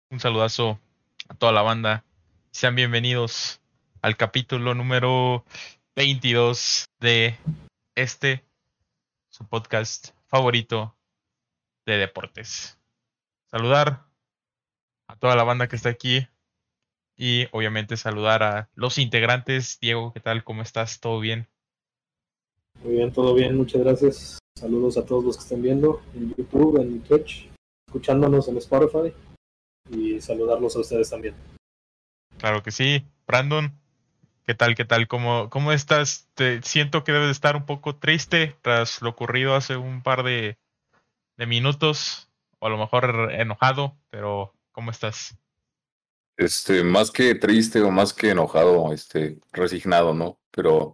Un saludazo a toda la banda. Sean bienvenidos al capítulo número 22 de este, su podcast favorito de deportes. Saludar a toda la banda que está aquí y obviamente saludar a los integrantes. Diego, ¿qué tal? ¿Cómo estás? ¿Todo bien? Muy bien, todo bien, muchas gracias. Saludos a todos los que estén viendo en YouTube, en Twitch, escuchándonos en Spotify y saludarlos a ustedes también. Claro que sí. Brandon, ¿qué tal? ¿Qué tal? ¿Cómo estás? Te siento que debes de estar un poco triste tras lo ocurrido hace un par de minutos, o a lo mejor enojado, pero ¿cómo estás? Más que triste o más que enojado, resignado, ¿no? Pero,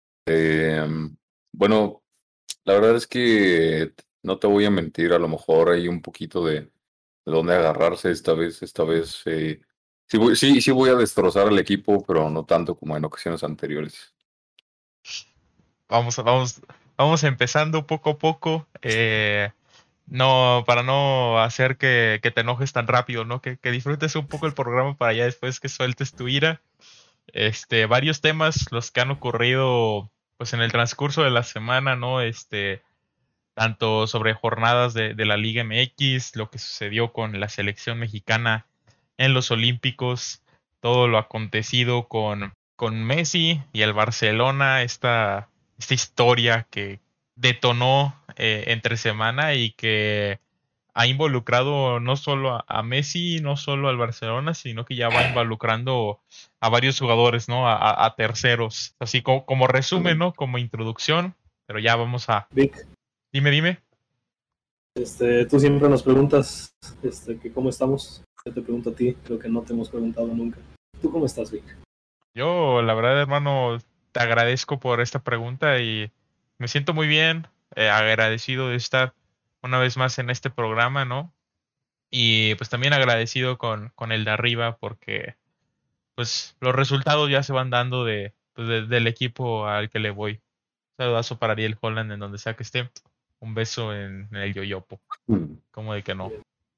bueno, la verdad es que no te voy a mentir, a lo mejor hay un poquito de dónde agarrarse esta vez, sí voy a destrozar al equipo, pero no tanto como en ocasiones anteriores. Vamos, vamos, vamos empezando poco a poco. No, para no hacer que te enojes tan rápido, ¿no? Que disfrutes un poco el programa para ya después que sueltes tu ira. Varios temas, los que han ocurrido, pues en el transcurso de la semana, ¿no? Tanto sobre jornadas de la Liga MX, lo que sucedió con la selección mexicana en los Olímpicos, todo lo acontecido con Messi y el Barcelona, esta historia que detonó entre semana y que ha involucrado no solo a Messi, no solo al Barcelona, sino que ya va involucrando a varios jugadores, ¿no? A terceros. Así como resumen, ¿no? Como introducción, pero ya vamos a... Vic, Dime. tú siempre nos preguntas que cómo estamos. Yo te pregunto a ti, creo que no te hemos preguntado nunca. ¿Tú cómo estás, Vic? Yo, la verdad, hermano, te agradezco por esta pregunta y me siento muy bien, agradecido de estar una vez más en este programa, ¿no? Y pues también agradecido con el de arriba porque pues los resultados ya se van dando del equipo al que le voy. Saludazo para Ariel Holland en donde sea que esté. Un beso en el yoyopo. Mm, Como de que no.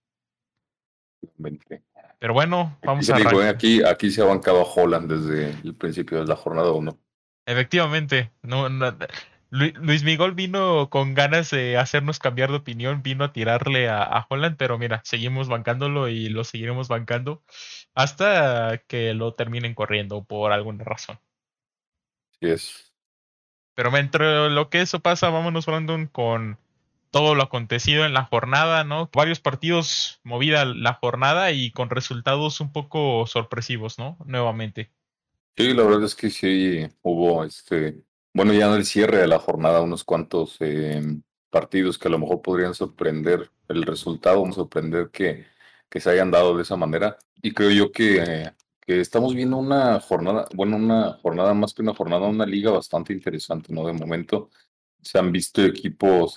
mente. Pero bueno, Aquí vamos se a dijo, arrancar. aquí se ha bancado a Holland desde el principio de la jornada 1. Efectivamente, Luis Miguel vino con ganas de hacernos cambiar de opinión, vino a tirarle a Holland, pero mira, seguimos bancándolo y lo seguiremos bancando hasta que lo terminen corriendo por alguna razón. Sí es. Pero entre lo que eso pasa, vámonos, Brandon, con todo lo acontecido en la jornada, ¿no? Varios partidos movida la jornada y con resultados un poco sorpresivos, ¿no? Nuevamente. Sí, la verdad es que sí hubo, bueno, ya en el cierre de la jornada, unos cuantos partidos que a lo mejor podrían sorprender el resultado, sorprender que se hayan dado de esa manera. Y creo yo que estamos viendo una jornada, bueno, una jornada más que una jornada, una liga bastante interesante, ¿no? De momento se han visto equipos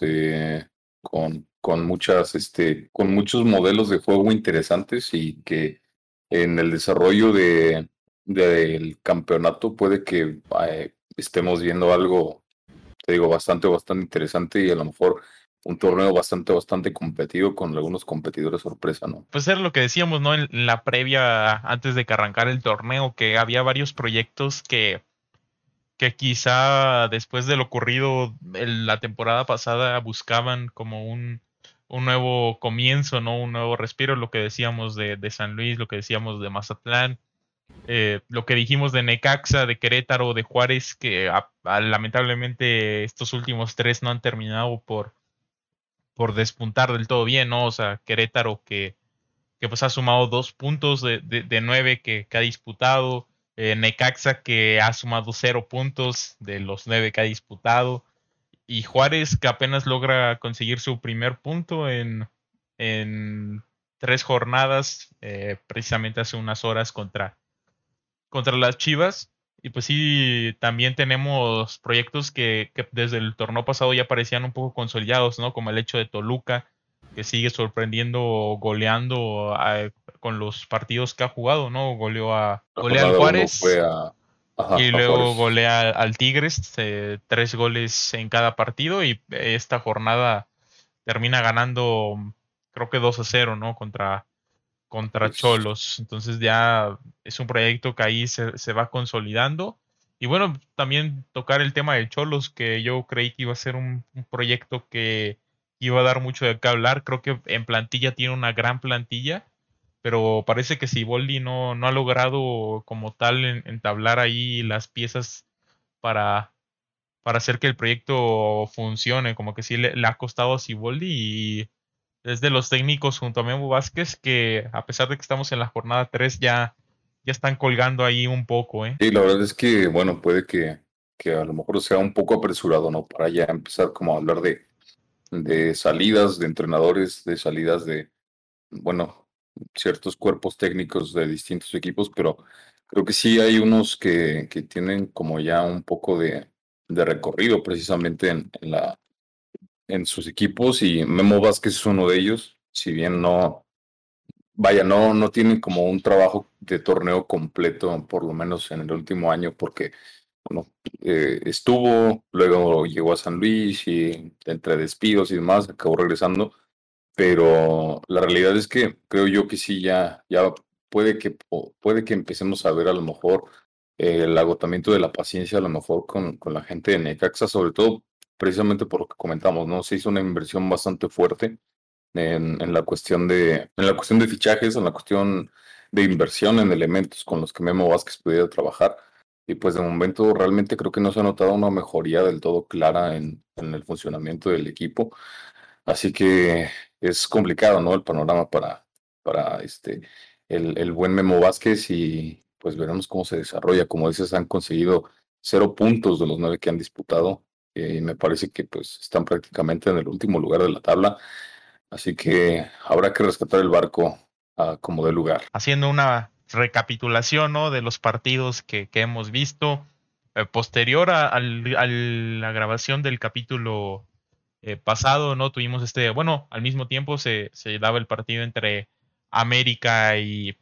con muchos modelos de juego interesantes y que en el desarrollo del campeonato puede que estemos viendo algo, te digo, bastante interesante y a lo mejor un torneo bastante competido con algunos competidores sorpresa, ¿no? Pues era lo que decíamos, ¿no? En la previa, antes de que arrancara el torneo, que había varios proyectos que quizá después de lo ocurrido en la temporada pasada buscaban como un nuevo comienzo, ¿no? Un nuevo respiro, lo que decíamos de San Luis, lo que decíamos de Mazatlán, lo que dijimos de Necaxa, de Querétaro, de Juárez, que lamentablemente estos últimos tres no han terminado por despuntar del todo bien, ¿no? O sea, Querétaro que pues ha sumado 2 puntos de 9 que ha disputado. Necaxa que ha sumado 0 puntos de los 9 que ha disputado. Y Juárez que apenas logra conseguir su primer punto en 3 jornadas, precisamente hace unas horas contra las Chivas. Y pues sí, también tenemos proyectos que desde el torneo pasado ya parecían un poco consolidados, ¿no? Como el hecho de Toluca, que sigue sorprendiendo, goleando con los partidos que ha jugado, ¿no? La Golea al jornada uno fue Juárez y a luego Juárez. golea al Tigres, 3 goles en cada partido. Y esta jornada termina ganando, creo que 2-0, ¿no? contra Pues, Cholos. Entonces ya es un proyecto que ahí se va consolidando. Y bueno, también tocar el tema de Cholos, que yo creí que iba a ser un proyecto que iba a dar mucho de qué hablar. Creo que en plantilla tiene una gran plantilla, pero parece que Siboldi no ha logrado como tal entablar ahí las piezas para, para hacer que el proyecto funcione. Como que sí le ha costado a Siboldi y es de los técnicos junto a Memo Vázquez que a pesar de que estamos en la jornada 3 ya están colgando ahí un poco, ¿eh? y la verdad es que, bueno, puede que a lo mejor sea un poco apresurado, ¿no? Para ya empezar como a hablar de salidas de entrenadores, de salidas de, bueno, ciertos cuerpos técnicos de distintos equipos, pero creo que sí hay unos que tienen como ya un poco de recorrido precisamente en sus equipos y Memo Vázquez es uno de ellos, si bien no, vaya, no tienen como un trabajo de torneo completo, por lo menos en el último año, porque bueno, estuvo, luego llegó a San Luis y entre despidos y demás, acabó regresando, pero la realidad es que creo yo que sí, ya puede que empecemos a ver a lo mejor el agotamiento de la paciencia, a lo mejor con la gente de Necaxa, sobre todo precisamente por lo que comentamos, ¿no? Se hizo una inversión bastante fuerte en la cuestión en la cuestión de fichajes, en la cuestión de inversión en elementos con los que Memo Vázquez pudiera trabajar. Y pues de momento realmente creo que no se ha notado una mejoría del todo clara en el funcionamiento del equipo. Así que es complicado, ¿no? El panorama para el buen Memo Vázquez y pues veremos cómo se desarrolla. Como dices, han conseguido 0 puntos de los 9 que han disputado y me parece que pues están prácticamente en el último lugar de la tabla. Así que habrá que rescatar el barco como de lugar. Haciendo una recapitulación, ¿no? De los partidos que hemos visto. Posterior a la grabación del capítulo pasado, ¿no? Tuvimos bueno, al mismo tiempo se daba el partido entre América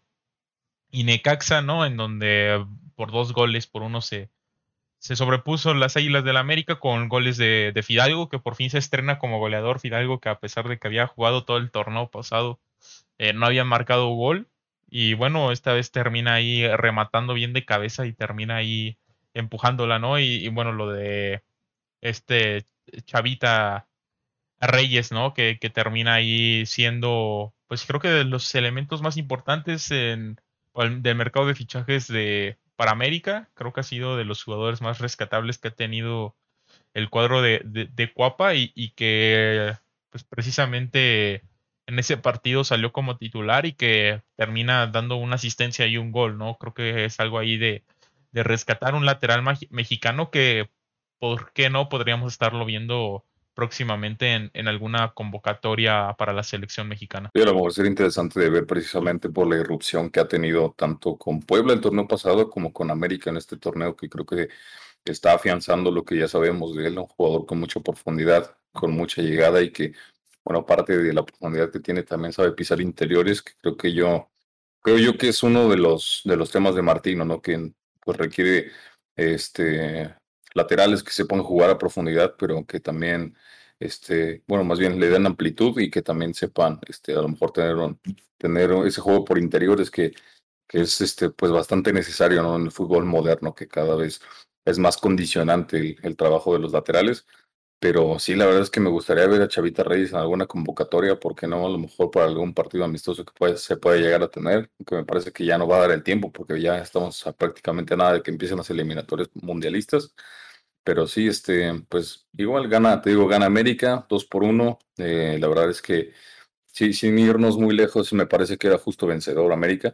y Necaxa, ¿no? En donde por 2 goles por 1 se sobrepuso las Águilas del América con goles de Fidalgo, que por fin se estrena como goleador. Fidalgo, que a pesar de que había jugado todo el torneo pasado, no había marcado gol. Y bueno, esta vez termina ahí rematando bien de cabeza y termina ahí empujándola, ¿no? Y bueno, lo de este Chavita Reyes, ¿no? Que termina ahí siendo, pues creo que de los elementos más importantes del mercado de fichajes para América. Creo que ha sido de los jugadores más rescatables que ha tenido el cuadro de Cuapa y que pues precisamente en ese partido salió como titular y que termina dando una asistencia y un gol, ¿no? Creo que es algo ahí de rescatar un lateral mexicano que, ¿por qué no podríamos estarlo viendo próximamente en alguna convocatoria para la selección mexicana? Y a lo mejor sería interesante de ver precisamente por la irrupción que ha tenido tanto con Puebla el torneo pasado como con América en este torneo, que creo que está afianzando lo que ya sabemos de él, un jugador con mucha profundidad, con mucha llegada y que, bueno, aparte de la profundidad que tiene, también sabe pisar interiores, que creo yo que es uno de los temas de Martino, ¿no? Que pues requiere este laterales que sepan jugar a profundidad, pero que también bueno, más bien le den amplitud y que también sepan a lo mejor tener ese juego por interiores que es pues bastante necesario, ¿no? En el fútbol moderno, que cada vez es más condicionante el trabajo de los laterales. Pero sí, la verdad es que me gustaría ver a Chavita Reyes en alguna convocatoria, ¿por qué no? A lo mejor para algún partido amistoso que se puede llegar a tener, que me parece que ya no va a dar el tiempo, porque ya estamos a prácticamente nada de que empiecen las eliminatorias mundialistas. Pero sí, pues igual gana, te digo, gana América, 2-1. La verdad es que sí, sin irnos muy lejos, me parece que era justo vencedor América.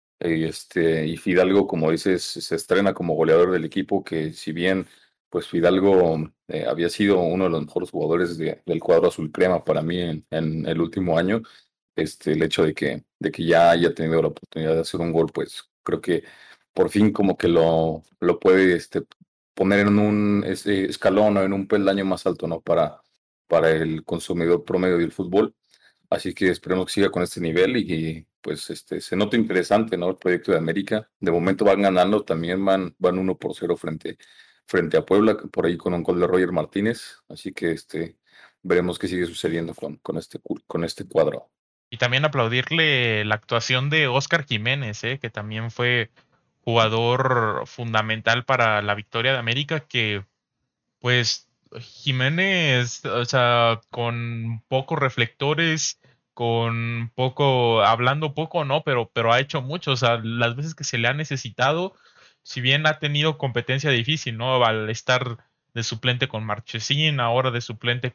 Y Fidalgo, como dices, se estrena como goleador del equipo, que si bien pues Fidalgo había sido uno de los mejores jugadores del cuadro azul crema para mí en el último año, el hecho de que ya haya tenido la oportunidad de hacer un gol, pues creo que por fin como que lo puede poner en un escalón o en un peldaño más alto, ¿no? Para el consumidor promedio del fútbol. Así que esperemos que siga con este nivel y pues se nota interesante, ¿no? El proyecto de América. De momento van ganando, también van 1-0 frente a Puebla, por ahí con un gol de Roger Martínez. Así que veremos qué sigue sucediendo con este cuadro. Y también aplaudirle la actuación de Oscar Jiménez, que también fue jugador fundamental para la victoria de América, que pues Jiménez, o sea, con pocos reflectores, con poco, hablando poco, no, pero ha hecho mucho, o sea, las veces que se le ha necesitado, si bien ha tenido competencia difícil, ¿no? Al estar de suplente con Marchesín, ahora de suplente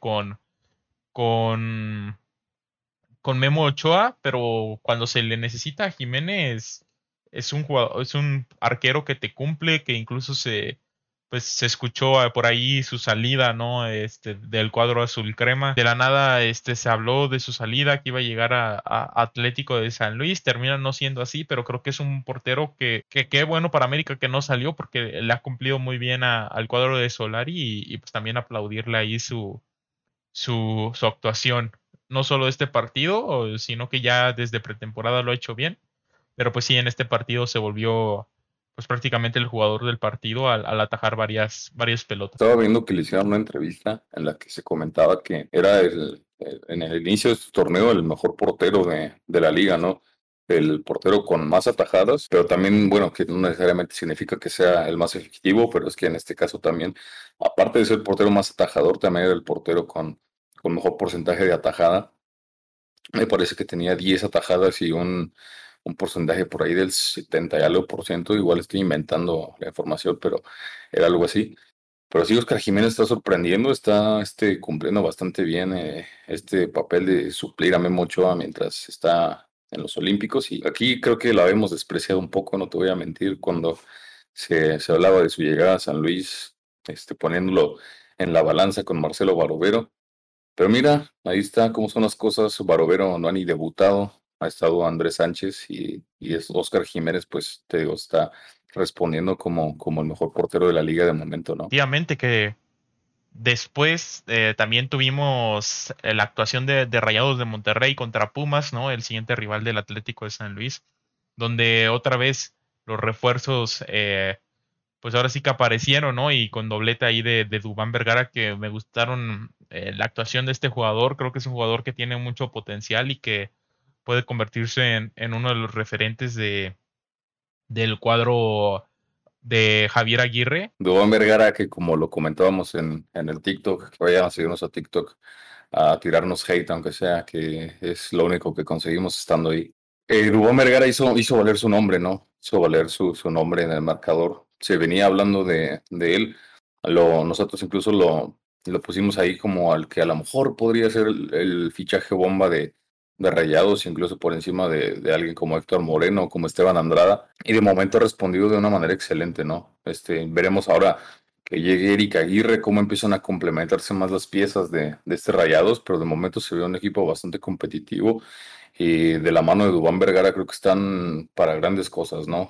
con, con Memo Ochoa, pero cuando se le necesita a Jiménez es un jugador, es un arquero que te cumple, que incluso pues se escuchó por ahí su salida, ¿no? Del cuadro azul crema. De la nada, se habló de su salida, que iba a llegar a Atlético de San Luis. Termina no siendo así, pero creo que es un portero que qué bueno para América que no salió, porque le ha cumplido muy bien al cuadro de Solari y pues también aplaudirle ahí su actuación, no solo este partido, sino que ya desde pretemporada lo ha hecho bien, pero pues sí, en este partido se volvió pues prácticamente el jugador del partido al atajar varias pelotas. Estaba viendo que le hicieron una entrevista en la que se comentaba que era en el inicio de este torneo el mejor portero de la liga, ¿no? El portero con más atajadas, pero también, bueno, que no necesariamente significa que sea el más efectivo, pero es que en este caso también, aparte de ser el portero más atajador, también era el portero con mejor porcentaje de atajada. Me parece que tenía 10 atajadas y un porcentaje por ahí del 70 y algo por ciento. Igual estoy inventando la información, pero era algo así. Pero sí, Oscar Jiménez está sorprendiendo, está cumpliendo bastante bien este papel de suplir a Memo Ochoa mientras está en los Olímpicos. Y aquí creo que la hemos despreciado un poco, no te voy a mentir, cuando se hablaba de su llegada a San Luis, poniéndolo en la balanza con Marcelo Barovero. Pero mira, ahí está cómo son las cosas. Barovero no ha ni debutado, ha estado Andrés Sánchez y es Oscar Jiménez, pues te digo, está respondiendo como el mejor portero de la liga de momento, ¿no? Efectivamente que después también tuvimos la actuación de Rayados de Monterrey contra Pumas, ¿no? El siguiente rival del Atlético de San Luis, donde otra vez los refuerzos pues ahora sí que aparecieron, ¿no? Y con doblete ahí de Dubán Vergara, que me gustaron la actuación de este jugador. Creo que es un jugador que tiene mucho potencial y que puede convertirse en uno de los referentes del cuadro de Javier Aguirre. Dubán Vergara, que como lo comentábamos en el TikTok, que vayan a seguirnos a TikTok, a tirarnos hate, aunque sea, que es lo único que conseguimos estando ahí. Dubán Vergara hizo valer su nombre, ¿no? Hizo valer su nombre en el marcador. Se venía hablando de él. Nosotros incluso lo pusimos ahí como al que a lo mejor podría ser el fichaje bomba de Rayados, incluso por encima de alguien como Héctor Moreno, como Esteban Andrada. Y de momento ha respondido de una manera excelente, ¿no? Veremos ahora que llegue Eric Aguirre, cómo empiezan a complementarse más las piezas de este Rayados, pero de momento se ve un equipo bastante competitivo y de la mano de Dubán Vergara creo que están para grandes cosas, ¿no?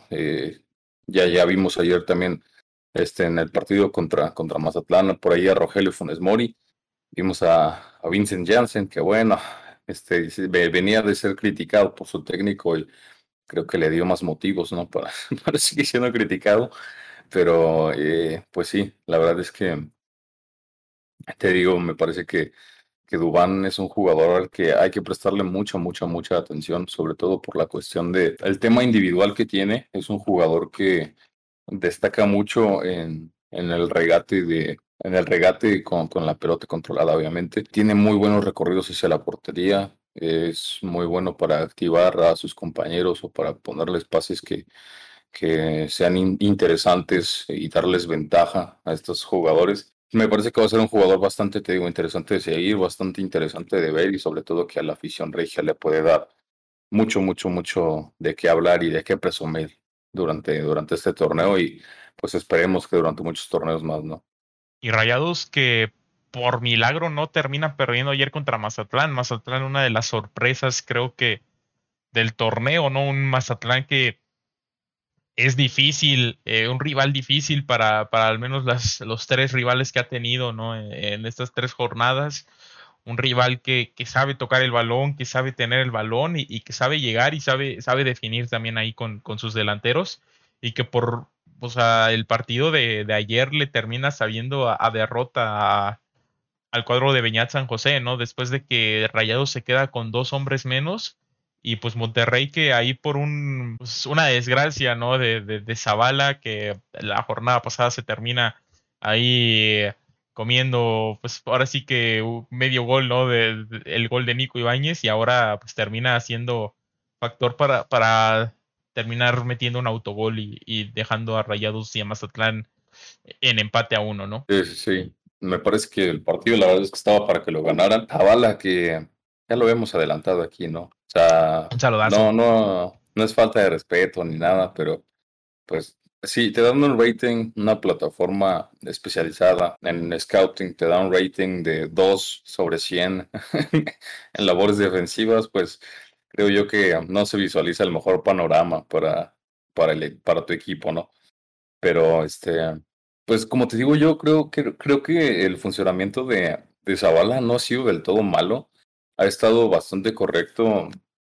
Ya vimos ayer también en el partido contra Mazatlán, por ahí a Rogelio Funes Mori, vimos a Vincent Janssen, que bueno, venía de ser criticado por su técnico y creo que le dio más motivos, ¿no? Para seguir siendo criticado, pero pues sí, la verdad es que te digo, me parece que Dubán es un jugador al que hay que prestarle mucha atención, sobre todo por la cuestión el tema individual que tiene. Es un jugador que destaca mucho en el regate con la pelota controlada, obviamente. Tiene muy buenos recorridos hacia la portería. Es muy bueno para activar a sus compañeros o para ponerles pases que sean interesantes y darles ventaja a estos jugadores. Me parece que va a ser un jugador bastante, te digo, interesante de seguir, bastante interesante de ver y sobre todo que a la afición regia le puede dar mucho de qué hablar y de qué presumir durante este torneo y pues esperemos que durante muchos torneos más, ¿no? Y Rayados que por milagro no termina perdiendo ayer contra Mazatlán. Mazatlán, una de las sorpresas, creo que del torneo, ¿no? Un Mazatlán que es difícil, un rival difícil para al menos los tres rivales que ha tenido, ¿no? En estas tres jornadas. Un rival que sabe tocar el balón, que sabe tener el balón y que sabe llegar y sabe definir también ahí con sus delanteros. Y que o sea, el partido de ayer le termina sabiendo a derrota al cuadro de Beñat San José, ¿no? Después de que Rayados se queda con 2 hombres menos y pues Monterrey que ahí por pues, una desgracia, ¿no? De Zavala que la jornada pasada se termina ahí comiendo, pues ahora sí que medio gol, ¿no? El gol de Nico Ibáñez y ahora pues termina siendo factor para terminar metiendo un autogol y dejando a Rayados y a Mazatlán en empate a 1, ¿no? Sí, sí, sí. Me parece que el partido, la verdad es que estaba para que lo ganaran. Zavala, que ya lo hemos adelantado aquí, ¿no? O sea, Un saludazo. no es falta de respeto ni nada, pero pues sí, te dan un rating, una plataforma especializada en scouting, te da un rating de 2/100 en labores defensivas, pues creo yo que no se visualiza el mejor panorama para tu equipo, ¿no? Pero pues como te digo, yo creo que el funcionamiento de Zavala no ha sido del todo malo. Ha estado bastante correcto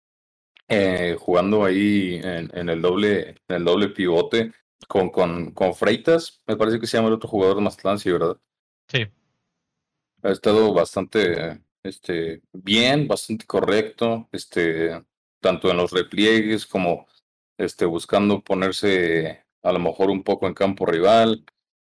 jugando ahí en el doble pivote con Freitas, me parece que se llama el otro jugador de Mazatlán, sí, ¿verdad? Sí. Ha estado bastante bien, bastante correcto, tanto en los repliegues como buscando ponerse a lo mejor un poco en campo rival,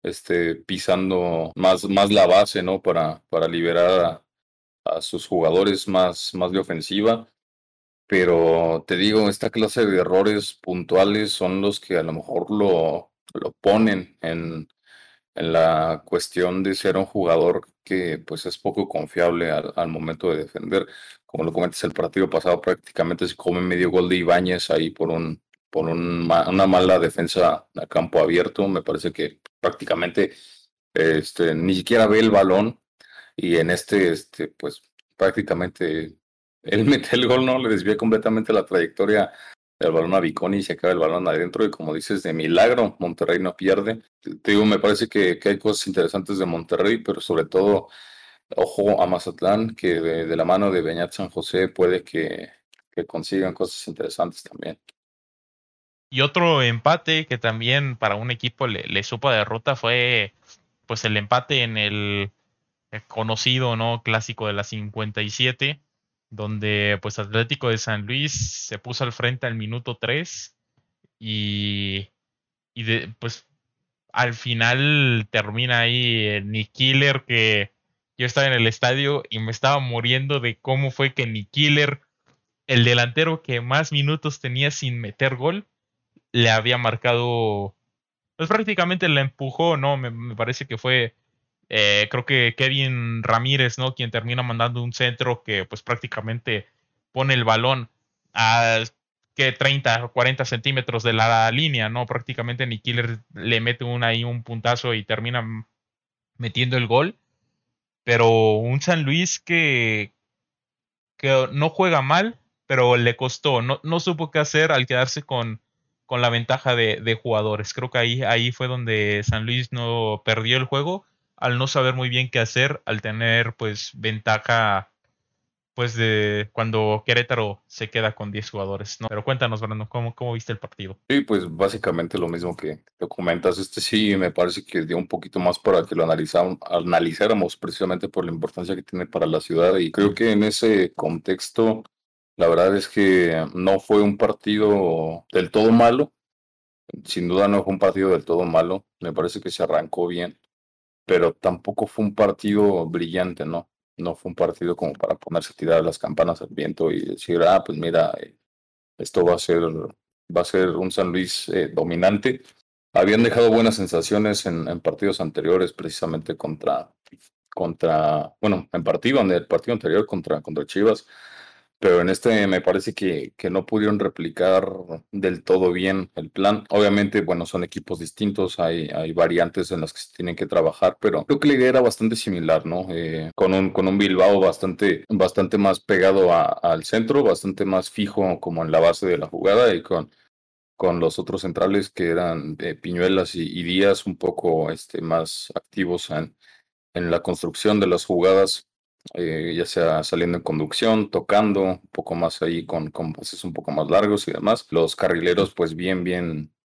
pisando más la base, ¿no? Para liberar a sus jugadores más de ofensiva. Pero te digo, esta clase de errores puntuales son los que a lo mejor lo ponen en la cuestión de ser un jugador que pues es poco confiable al momento de defender. Como lo comentas, el partido pasado prácticamente se come medio gol de Ibáñez ahí por una mala defensa a campo abierto. Me parece que prácticamente ni siquiera ve el balón y en pues prácticamente él mete el gol, ¿no? Le desvía completamente la trayectoria del balón a Viconi y se acaba el balón adentro y como dices, de milagro, Monterrey no pierde. Te digo, me parece que hay cosas interesantes de Monterrey, pero sobre todo, ojo a Mazatlán, que de la mano de Beñat San José puede que consigan cosas interesantes también. Y otro empate que también para un equipo le supo a derrota fue pues el empate en el conocido, ¿no? Clásico de la 57, donde pues Atlético de San Luis se puso al frente al minuto 3 y, pues al final termina ahí Nick Killer, que yo estaba en el estadio y me estaba muriendo de cómo fue que Nick Killer, el delantero que más minutos tenía sin meter gol, le había marcado, pues prácticamente la empujó, ¿no? Me parece que fue, creo que Kevin Ramírez, ¿no? Quien termina mandando un centro que pues prácticamente pone el balón a que 30 o 40 centímetros de la línea, ¿no? Prácticamente Nick Killer le mete ahí un puntazo y termina metiendo el gol. Pero un San Luis que no juega mal, pero le costó, no supo qué hacer al quedarse con la ventaja de jugadores. Creo que ahí fue donde San Luis no perdió el juego, al no saber muy bien qué hacer, al tener pues ventaja pues de cuando Querétaro se queda con 10 jugadores, ¿no? Pero cuéntanos, Brandon, ¿cómo viste el partido? Sí, pues básicamente lo mismo que comentas. Sí me parece que dio un poquito más para que lo analizáramos precisamente por la importancia que tiene para la ciudad. Y creo que en ese contexto, la verdad es que no fue un partido del todo malo. Sin duda no fue un partido del todo malo. Me parece que se arrancó bien, pero tampoco fue un partido brillante, ¿no? No fue un partido como para ponerse a tirar las campanas al viento y decir, pues mira, esto va a ser un San Luis dominante. Habían dejado buenas sensaciones en partidos anteriores, precisamente en el partido anterior contra Chivas, pero en este me parece que no pudieron replicar del todo bien el plan. Obviamente, bueno, son equipos distintos, hay variantes en las que se tienen que trabajar, pero creo que la idea era bastante similar, ¿no? Con un Bilbao bastante más pegado al centro, bastante más fijo como en la base de la jugada y con los otros centrales que eran Piñuelas y Díaz un poco más activos en la construcción de las jugadas, ya sea saliendo en conducción, tocando, un poco más ahí con pases un poco más largos y demás. Los carrileros, pues bien, bien,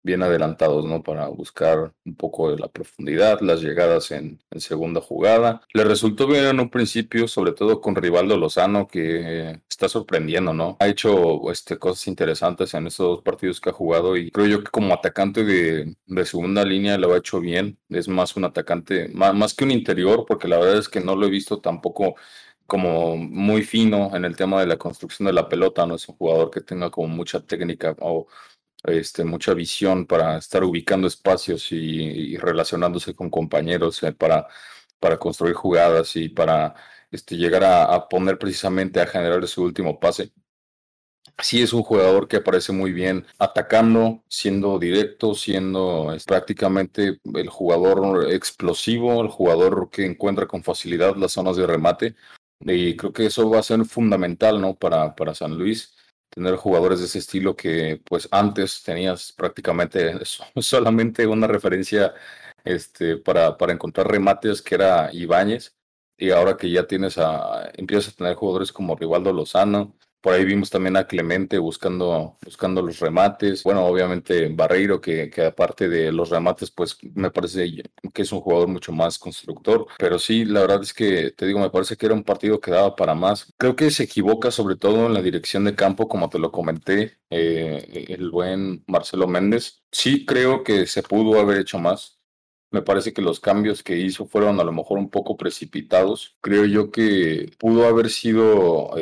bien adelantados, ¿no? Para buscar un poco de la profundidad, las llegadas en segunda jugada. Le resultó bien en un principio, sobre todo con Rivaldo Lozano, que está sorprendiendo, ¿no? Ha hecho cosas interesantes en estos dos partidos que ha jugado y creo yo que como atacante de segunda línea lo ha hecho bien. Es más un atacante, más que un interior, porque la verdad es que no lo he visto tampoco como muy fino en el tema de la construcción de la pelota, no es un jugador que tenga como mucha técnica o mucha visión para estar ubicando espacios y relacionándose con compañeros para construir jugadas y para llegar a poner precisamente a generar ese último pase. Sí es un jugador que aparece muy bien atacando, siendo directo, siendo prácticamente el jugador explosivo, el jugador que encuentra con facilidad las zonas de remate. Y creo que eso va a ser fundamental, ¿no? Para San Luis, tener jugadores de ese estilo que pues antes tenías prácticamente solamente una referencia para encontrar remates que era Ibáñez. Y ahora que ya empiezas a tener jugadores como Rivaldo Lozano, por ahí vimos también a Clemente buscando los remates. Bueno, obviamente Barreiro, que aparte de los remates, pues me parece que es un jugador mucho más constructor. Pero sí, la verdad es que, te digo, me parece que era un partido que daba para más. Creo que se equivoca sobre todo en la dirección de campo, como te lo comenté, el buen Marcelo Méndez. Sí creo que se pudo haber hecho más. Me parece que los cambios que hizo fueron a lo mejor un poco precipitados. Creo yo que pudo haber sido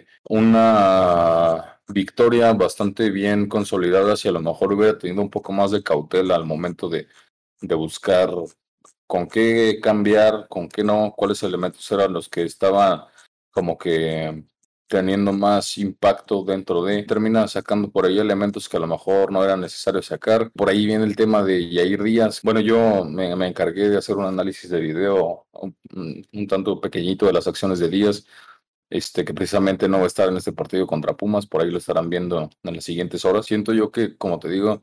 una victoria bastante bien consolidada si a lo mejor hubiera tenido un poco más de cautela al momento de buscar con qué cambiar, con qué no, cuáles elementos eran los que estaban como que teniendo más impacto dentro de, termina sacando por ahí elementos que a lo mejor no era necesario sacar. Por ahí viene el tema de Yair Díaz. Bueno, yo me encargué de hacer un análisis de video un tanto pequeñito de las acciones de Díaz, que precisamente no va a estar en este partido contra Pumas, por ahí lo estarán viendo en las siguientes horas. Siento yo que, como te digo,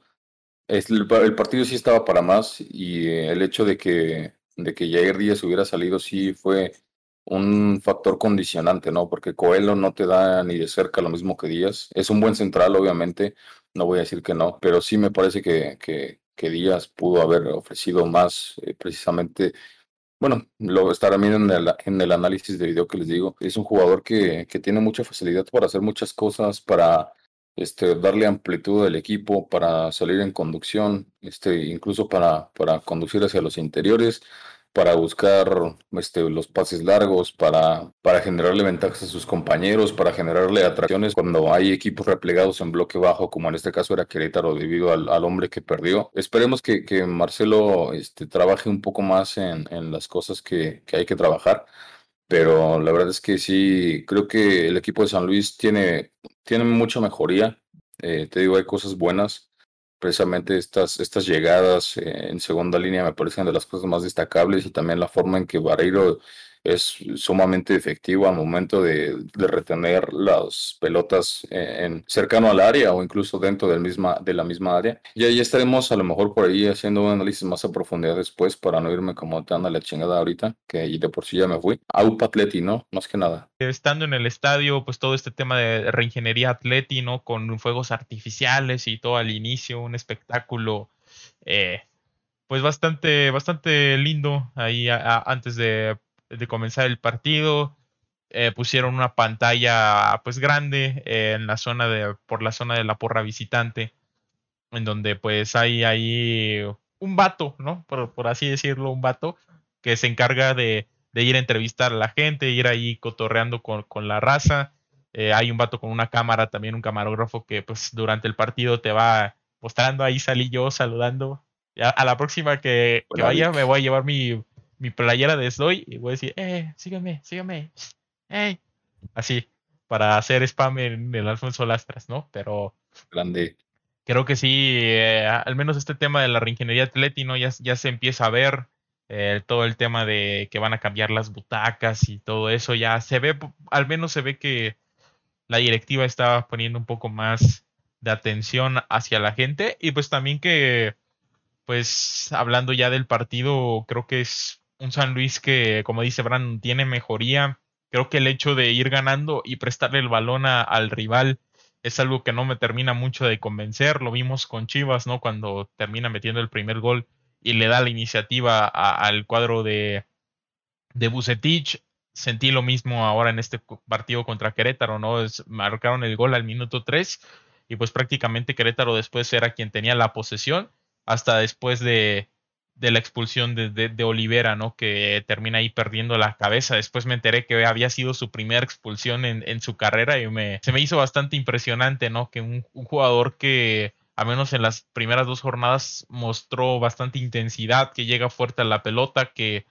el partido sí estaba para más y el hecho de que Jair Díaz hubiera salido sí fue un factor condicionante, ¿no? Porque Coelho no te da ni de cerca lo mismo que Díaz. Es un buen central, obviamente, no voy a decir que no, pero sí me parece que Díaz pudo haber ofrecido más, precisamente. Bueno, lo estará viendo en el análisis de video que les digo. Es un jugador que tiene mucha facilidad para hacer muchas cosas, para darle amplitud al equipo, para salir en conducción, incluso para conducir hacia los interiores, para buscar los pases largos, para generarle ventajas a sus compañeros, para generarle atracciones cuando hay equipos replegados en bloque bajo, como en este caso era Querétaro debido al hombre que perdió. Esperemos que Marcelo trabaje un poco más en las cosas que hay que trabajar, pero la verdad es que sí, creo que el equipo de San Luis tiene mucha mejoría. Te digo, hay cosas buenas. Precisamente estas llegadas en segunda línea me parecen de las cosas más destacables y también la forma en que Barreiro es sumamente efectivo al momento de retener las pelotas cercano al área o incluso dentro de la misma área. Y ahí estaremos a lo mejor por ahí haciendo un análisis más a profundidad después para no irme como tan a la chingada ahorita, que de por sí ya me fui. Aupa Atleti, ¿no? Más que nada. Estando en el estadio, pues todo este tema de reingeniería atleti, ¿no? Con fuegos artificiales y todo al inicio, un espectáculo, eh, pues bastante lindo ahí antes de comenzar el partido. Pusieron una pantalla pues grande en la zona por la zona de la porra visitante, en donde pues hay ahí un vato, ¿no? Por así decirlo, un vato que se encarga de ir a entrevistar a la gente, ir ahí cotorreando con la raza. Hay un vato con una cámara, también un camarógrafo que pues durante el partido te va mostrando, ahí salí yo saludando. Ya, a la próxima que Buena vaya me Vic. voy a llevar mi playera de Sloy y voy a decir, síganme, hey, así, para hacer spam en el Alfonso Lastras, ¿no? Pero Grande. creo que sí, al menos este tema de la reingeniería atleti, ¿no? Ya se empieza a ver todo el tema de que van a cambiar las butacas y todo eso, ya se ve, al menos se ve que la directiva está poniendo un poco más de atención hacia la gente y pues también que, pues hablando ya del partido, creo que es un San Luis que, como dice Brandon, tiene mejoría. Creo que el hecho de ir ganando y prestarle el balón al rival es algo que no me termina mucho de convencer. Lo vimos con Chivas, ¿no? Cuando termina metiendo el primer gol y le da la iniciativa al cuadro de Vucetich. Sentí lo mismo ahora en este partido contra Querétaro, ¿no? Marcaron el gol al minuto 3 y pues prácticamente Querétaro después era quien tenía la posesión hasta después de la expulsión de Olivera, ¿no? Que termina ahí perdiendo la cabeza. Después me enteré que había sido su primera expulsión en su carrera y se me hizo bastante impresionante, ¿no? Que un jugador que al menos en las primeras 2 jornadas mostró bastante intensidad, que llega fuerte a la pelota,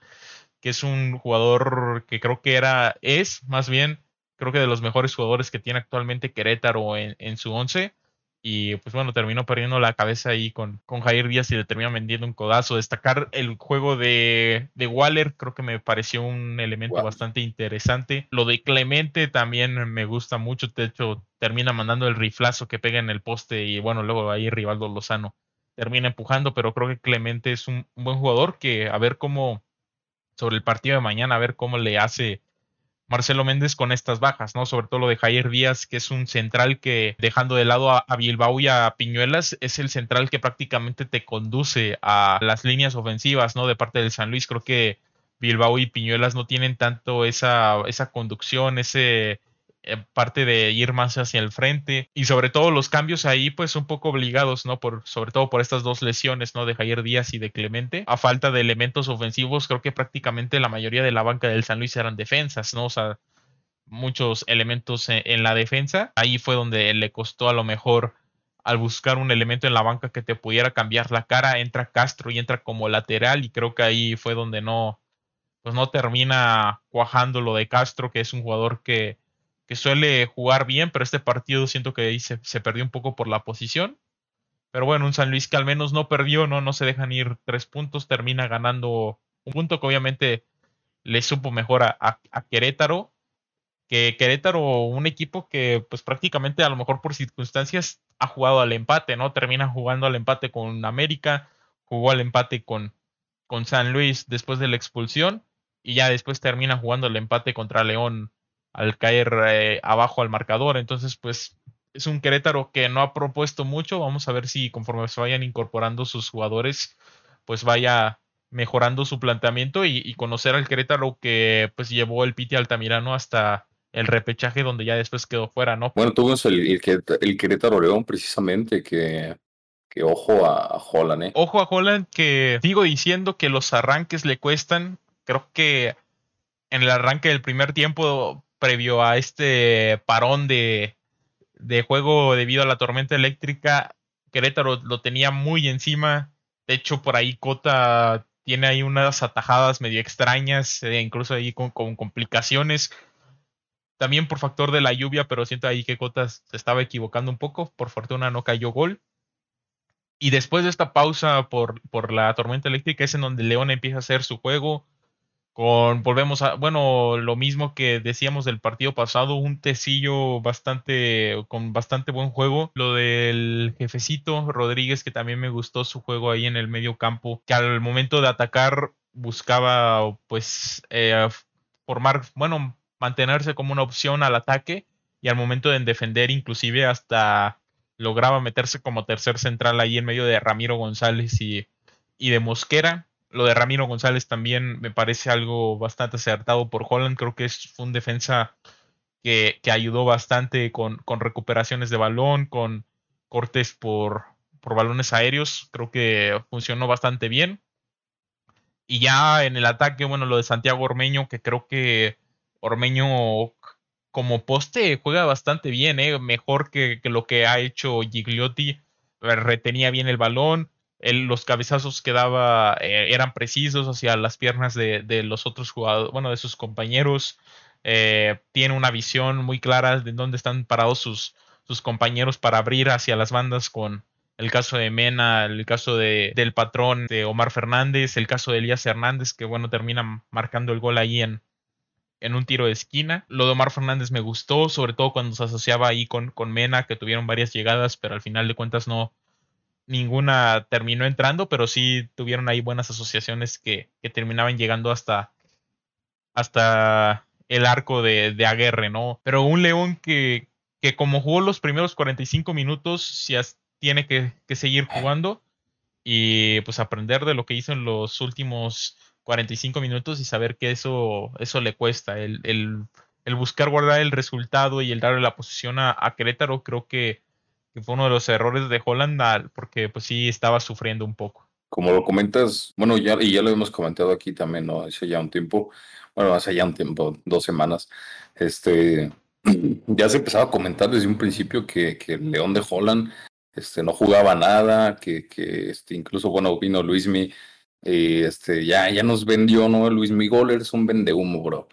que es un jugador que creo que es más bien, creo que de los mejores jugadores que tiene actualmente Querétaro en su once. Y pues bueno, terminó perdiendo la cabeza ahí con Jair Díaz y le termina vendiendo un codazo. Destacar el juego de Waller, creo que me pareció un elemento Wow. bastante interesante. Lo de Clemente también me gusta mucho. De hecho, termina mandando el riflazo que pega en el poste y bueno, luego ahí Rivaldo Lozano termina empujando, pero creo que Clemente es un buen jugador que a ver cómo sobre el partido de mañana, a ver cómo le hace Marcelo Méndez con estas bajas, ¿no? Sobre todo lo de Jair Díaz, que es un central que, dejando de lado a Bilbao y a Piñuelas, es el central que prácticamente te conduce a las líneas ofensivas, ¿no? De parte del San Luis. Creo que Bilbao y Piñuelas no tienen tanto esa conducción, ese parte de ir más hacia el frente y sobre todo los cambios ahí pues un poco obligados, ¿no? Sobre todo por estas 2 lesiones, ¿no? De Jair Díaz y de Clemente. A falta de elementos ofensivos, creo que prácticamente la mayoría de la banca del San Luis eran defensas, ¿no? O sea, muchos elementos en la defensa. Ahí fue donde le costó a lo mejor al buscar un elemento en la banca que te pudiera cambiar la cara, entra Castro y entra como lateral y creo que ahí fue donde pues no termina cuajando lo de Castro, que es un jugador que suele jugar bien, pero este partido siento que ahí se perdió un poco por la posición. Pero bueno, un San Luis que al menos no perdió, no se dejan ir 3 puntos, termina ganando un punto que obviamente le supo mejor a Querétaro, que Querétaro, un equipo que pues prácticamente a lo mejor por circunstancias ha jugado al empate, ¿no? Termina jugando al empate con América, jugó al empate con San Luis después de la expulsión y ya después termina jugando el empate contra León al caer abajo al marcador. Entonces, pues es un Querétaro que no ha propuesto mucho. Vamos a ver si conforme se vayan incorporando sus jugadores, pues vaya mejorando su planteamiento y conocer al Querétaro que pues llevó el Piti Altamirano hasta el repechaje donde ya después quedó fuera, ¿no? Bueno, tuvimos el Querétaro León precisamente, que ojo a Holland, ¿eh? Ojo a Holland, que sigo diciendo que los arranques le cuestan. Creo que en el arranque del primer tiempo, previo a este parón de juego debido a la tormenta eléctrica, Querétaro lo tenía muy encima. De hecho, por ahí Cota tiene ahí unas atajadas medio extrañas, incluso ahí con complicaciones. También por factor de la lluvia, pero siento ahí que Cota se estaba equivocando un poco. Por fortuna no cayó gol. Y después de esta pausa por la tormenta eléctrica es en donde León empieza a hacer su juego. Volvemos a, bueno, lo mismo que decíamos del partido pasado, un Tecillo con bastante buen juego. Lo del jefecito Rodríguez, que también me gustó su juego ahí en el medio campo, que al momento de atacar buscaba, pues, mantenerse como una opción al ataque y al momento de defender, inclusive hasta lograba meterse como tercer central ahí en medio de Ramiro González y de Mosquera. Lo de Ramiro González también me parece algo bastante acertado por Holland. Creo que fue un defensa que ayudó bastante con recuperaciones de balón, con cortes por balones aéreos. Creo que funcionó bastante bien. Y ya en el ataque, bueno, lo de Santiago Ormeño, que creo que Ormeño como poste juega bastante bien, mejor que lo que ha hecho Gigliotti. Retenía bien el balón, los cabezazos que daba eran precisos hacia las piernas de los otros jugadores, bueno, de sus compañeros. Tiene una visión muy clara de dónde están parados sus compañeros para abrir hacia las bandas con el caso de Mena, el caso del patrón de Omar Fernández, el caso de Elías Hernández, que bueno, termina marcando el gol ahí en un tiro de esquina. Lo de Omar Fernández me gustó, sobre todo cuando se asociaba ahí con Mena, que tuvieron varias llegadas, pero al final de cuentas ninguna terminó entrando, pero sí tuvieron ahí buenas asociaciones que terminaban llegando hasta el arco de Aguerre, ¿no? Pero un León que que como jugó los primeros 45 minutos, ya tiene que seguir jugando y pues aprender de lo que hizo en los últimos 45 minutos y saber que eso le cuesta. El buscar guardar el resultado y el darle la posición a Querétaro, creo que fue uno de los errores de Holland, porque pues sí estaba sufriendo un poco. Como lo comentas, bueno, ya lo hemos comentado aquí también, ¿no? Hace ya un tiempo, bueno, hace ya un tiempo, 2 semanas, este, ya se empezaba a comentar desde un principio que el León de Holland, no jugaba nada, que incluso, bueno, vino Luismi, y ya nos vendió, ¿no? Luismi Goller es un vendehumo, bro.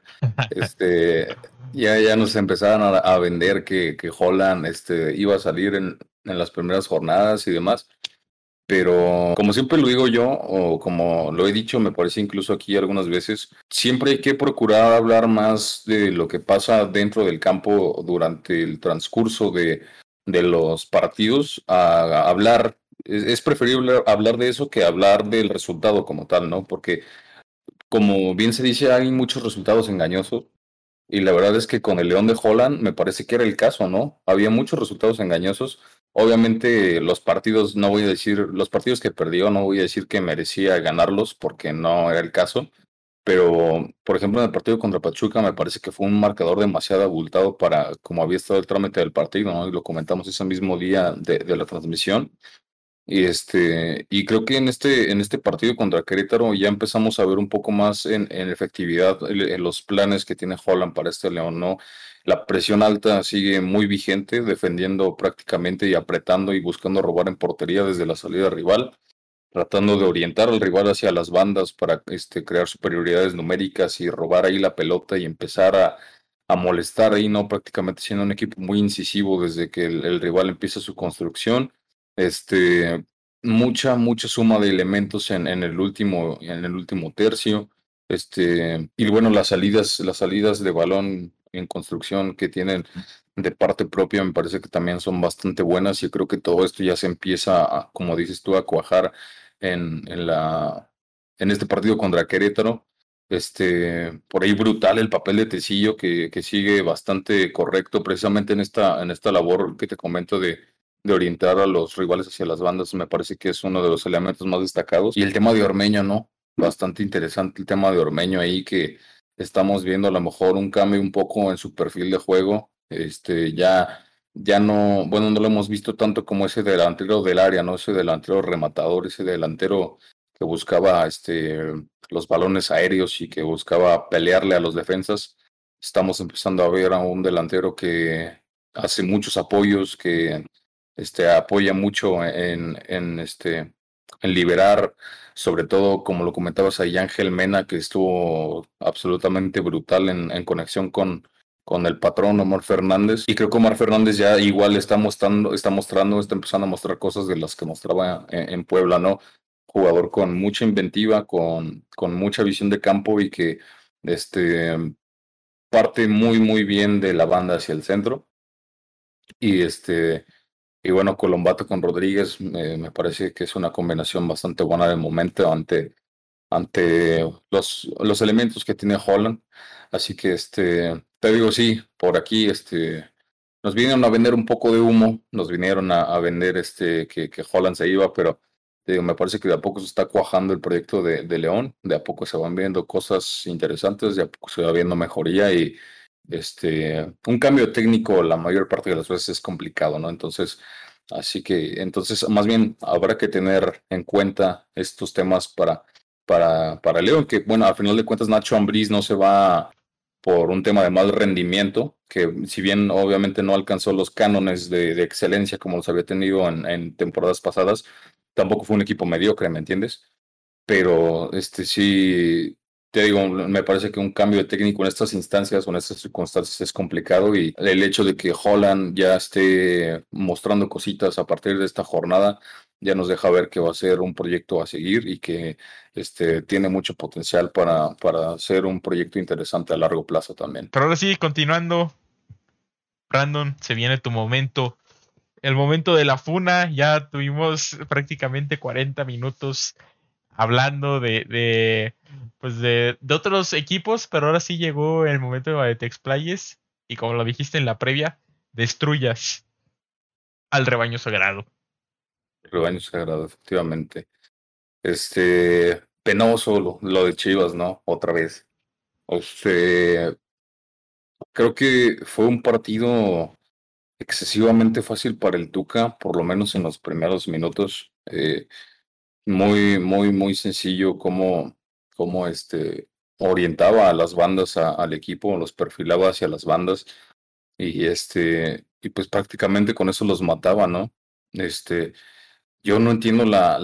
Ya nos empezaron a vender que Holland, iba a salir en las primeras jornadas y demás. Pero como siempre lo digo yo, o como lo he dicho, me parece incluso aquí algunas veces, siempre hay que procurar hablar más de lo que pasa dentro del campo durante el transcurso de los partidos, a hablar, es preferible hablar de eso que hablar del resultado como tal, ¿no? Porque como bien se dice, hay muchos resultados engañosos. Y la verdad es que con el León de Holland me parece que era el caso, ¿no? Había muchos resultados engañosos. Obviamente los partidos, no voy a decir, los partidos que perdió, no voy a decir que merecía ganarlos porque no era el caso. Pero, por ejemplo, en el partido contra Pachuca me parece que fue un marcador demasiado abultado para como había estado el trámite del partido, ¿no? Y lo comentamos ese mismo día de la transmisión. Y creo que en este partido contra Querétaro ya empezamos a ver un poco más en efectividad en los planes que tiene Holland para este León, ¿no? La presión alta sigue muy vigente, defendiendo prácticamente y apretando y buscando robar en portería desde la salida rival, tratando de orientar al rival hacia las bandas para crear superioridades numéricas y robar ahí la pelota y empezar a molestar ahí, ¿no? Prácticamente siendo un equipo muy incisivo desde que el rival empieza su construcción. Este, mucha suma de elementos en el último tercio. Y bueno, las salidas de balón en construcción que tienen de parte propia me parece que también son bastante buenas y creo que todo esto ya se empieza como dices tú, a cuajar en este partido contra Querétaro. Por ahí brutal el papel de Tecillo que sigue bastante correcto precisamente en esta labor que te comento de orientar a los rivales hacia las bandas. Me parece que es uno de los elementos más destacados. Y el tema de Ormeño, ¿no? Bastante interesante el tema de Ormeño ahí que estamos viendo a lo mejor un cambio un poco en su perfil de juego. Ya no, bueno, no lo hemos visto tanto como ese delantero del área, ¿no? Ese delantero rematador, ese delantero que buscaba los balones aéreos y que buscaba pelearle a los defensas. Estamos empezando a ver a un delantero que hace muchos apoyos, que apoya mucho en liberar, sobre todo, como lo comentabas ahí, Ángel Mena, que estuvo absolutamente brutal en conexión con el patrón Omar Fernández. Y creo que Omar Fernández ya igual está empezando a mostrar cosas de las que mostraba en Puebla, ¿no? Jugador con mucha inventiva, con mucha visión de campo y que parte muy, muy bien de la banda hacia el centro. Y bueno, Colombato con Rodríguez me parece que es una combinación bastante buena de momento ante los elementos que tiene Holland. Así que te digo, sí, por aquí nos vinieron a vender un poco de humo, nos vinieron a vender que Holland se iba, pero te digo, me parece que de a poco se está cuajando el proyecto de León, de a poco se van viendo cosas interesantes, de a poco se va viendo mejoría y un cambio técnico la mayor parte de las veces es complicado, ¿no? Entonces, más bien habrá que tener en cuenta estos temas para León, que bueno, al final de cuentas Nacho Ambriz no se va por un tema de mal rendimiento, que si bien obviamente no alcanzó los cánones de excelencia como los había tenido en temporadas pasadas, tampoco fue un equipo mediocre, ¿me entiendes? Pero sí, te digo, me parece que un cambio de técnico en estas instancias o en estas circunstancias es complicado y el hecho de que Holland ya esté mostrando cositas a partir de esta jornada ya nos deja ver que va a ser un proyecto a seguir y que tiene mucho potencial para ser un proyecto interesante a largo plazo también. Pero ahora sí, continuando, Brandon, se viene tu momento. El momento de la funa. Ya tuvimos prácticamente 40 minutos hablando de otros equipos, pero ahora sí llegó el momento de que te explayes. Y como lo dijiste en la previa, destruyas al rebaño sagrado. Rebaño sagrado, efectivamente. Penoso lo de Chivas, ¿no? Otra vez. Creo que fue un partido excesivamente fácil para el Tuca, por lo menos en los primeros minutos. Muy, muy, muy sencillo cómo orientaba a las bandas al equipo, los perfilaba hacia las bandas y pues prácticamente con eso los mataba, ¿no? Yo no entiendo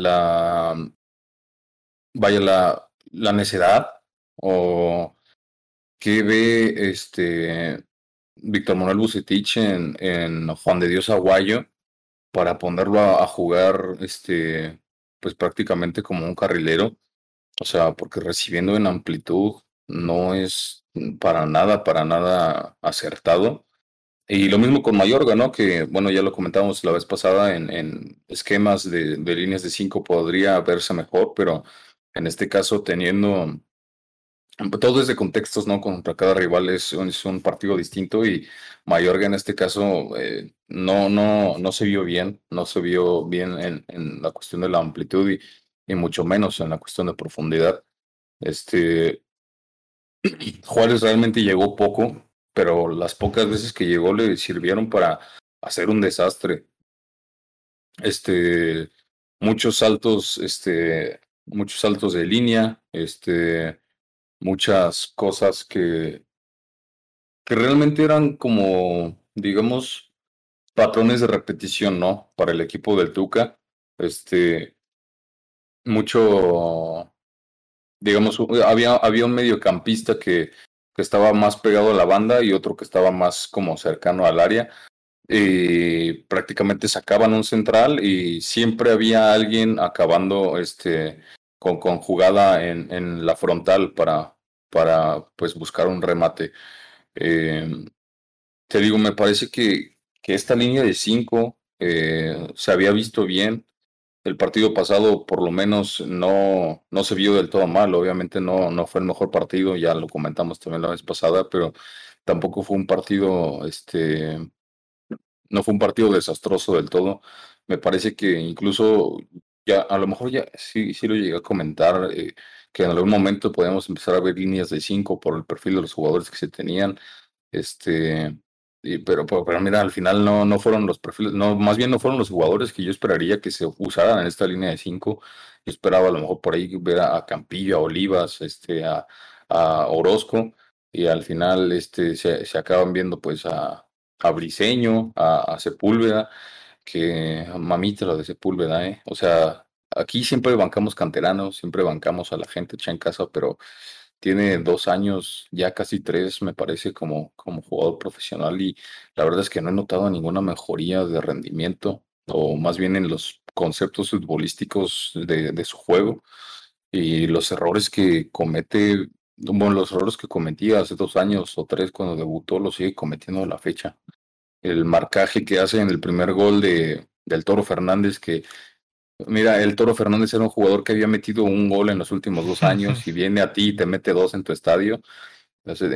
vaya, la necedad o qué ve Víctor Manuel Bucetich en Juan de Dios Aguayo para ponerlo a jugar, pues prácticamente como un carrilero. O sea, porque recibiendo en amplitud no es para nada acertado. Y lo mismo con Mayorga, ¿no? Que, bueno, ya lo comentábamos la vez pasada, en esquemas de líneas de 5 podría verse mejor, pero en este caso teniendo todo desde contextos, ¿no? Contra cada rival es un partido distinto y Mayorga en este caso no se vio bien, no se vio bien en la cuestión de la amplitud y mucho menos en la cuestión de profundidad. Este, Juárez realmente llegó poco, pero las pocas veces que llegó le sirvieron para hacer un desastre. Este, muchos saltos de línea, muchas cosas que realmente eran como, digamos, patrones de repetición, ¿no? Para el equipo del Tuca. Este, mucho, digamos, había un mediocampista que estaba más pegado a la banda y otro que estaba más como cercano al área. Y prácticamente sacaban un central y siempre había alguien acabando con jugada en la frontal para pues buscar un remate. Eh, Te digo, me parece que esta línea de 5 se había visto bien. El partido pasado por lo menos no se vio del todo mal. Obviamente no fue el mejor partido, ya lo comentamos también la vez pasada, pero tampoco fue un partido, no fue un partido desastroso del todo. Me parece que incluso ya, a lo mejor ya sí lo llegué a comentar, que en algún momento podemos empezar a ver líneas de 5 por el perfil de los jugadores que se tenían. Este, pero mira, al final no fueron los perfiles, no, más bien no fueron los jugadores que yo esperaría que se usaran en esta línea de 5. Yo esperaba a lo mejor por ahí ver a Campillo, a Olivas, a Orozco, y al final se acaban viendo pues a Briseño, a Sepúlveda, que mamita lo de Sepúlveda, ¿eh? O sea, aquí siempre bancamos canteranos, siempre bancamos a la gente hecha en casa, pero tiene 2 años, ya casi 3, me parece, como jugador profesional y la verdad es que no he notado ninguna mejoría de rendimiento o más bien en los conceptos futbolísticos de su juego y los errores que comete, bueno, los errores que cometía hace 2 años o 3 cuando debutó los sigue cometiendo a la fecha. El marcaje que hace en el primer gol del Toro Fernández, que mira, el Toro Fernández era un jugador que había metido un gol en los últimos 2 años y viene a ti y te mete dos en tu estadio. Entonces,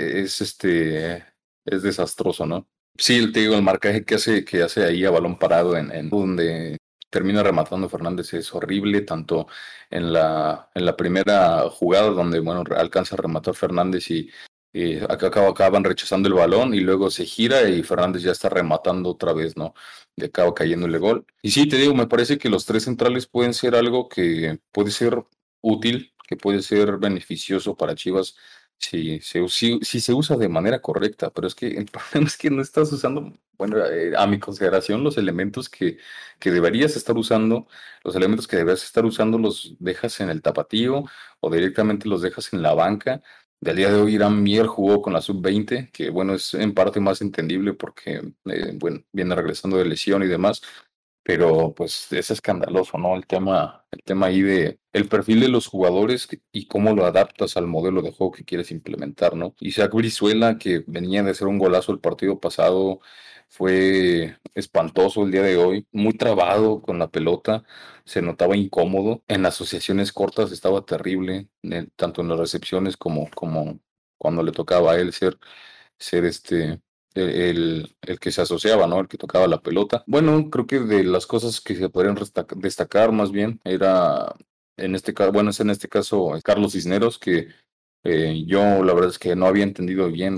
es desastroso, ¿no? Sí, te digo, el marcaje que hace ahí a balón parado en donde termina rematando Fernández es horrible, tanto en la primera jugada donde, bueno, alcanza a rematar Fernández y acaban rechazando el balón y luego se gira y Fernández ya está rematando otra vez, ¿no? Le acaba cayéndole gol. Y sí, te digo, me parece que los tres centrales pueden ser algo que puede ser útil, que puede ser beneficioso para Chivas si se usa de manera correcta, pero es que el problema es que no estás usando, bueno, a mi consideración, los elementos que deberías estar usando, los elementos que deberías estar usando los dejas en el tapatío o directamente los dejas en la banca. Del día de hoy Irán Mier jugó con la sub-20, que bueno, es en parte más entendible porque, bueno, viene regresando de lesión y demás, pero pues es escandaloso, ¿no? El tema ahí de el perfil de los jugadores y cómo lo adaptas al modelo de juego que quieres implementar, ¿no? Isaac Brizuela, que venía de hacer un golazo el partido pasado, fue espantoso el día de hoy, muy trabado con la pelota, se notaba incómodo, en asociaciones cortas estaba terrible, tanto en las recepciones como cuando le tocaba a él ser el que se asociaba, ¿no? El que tocaba la pelota. Bueno, creo que de las cosas que se podrían destacar más bien era, en este caso, bueno, es en este caso Carlos Cisneros, que yo la verdad es que no había entendido bien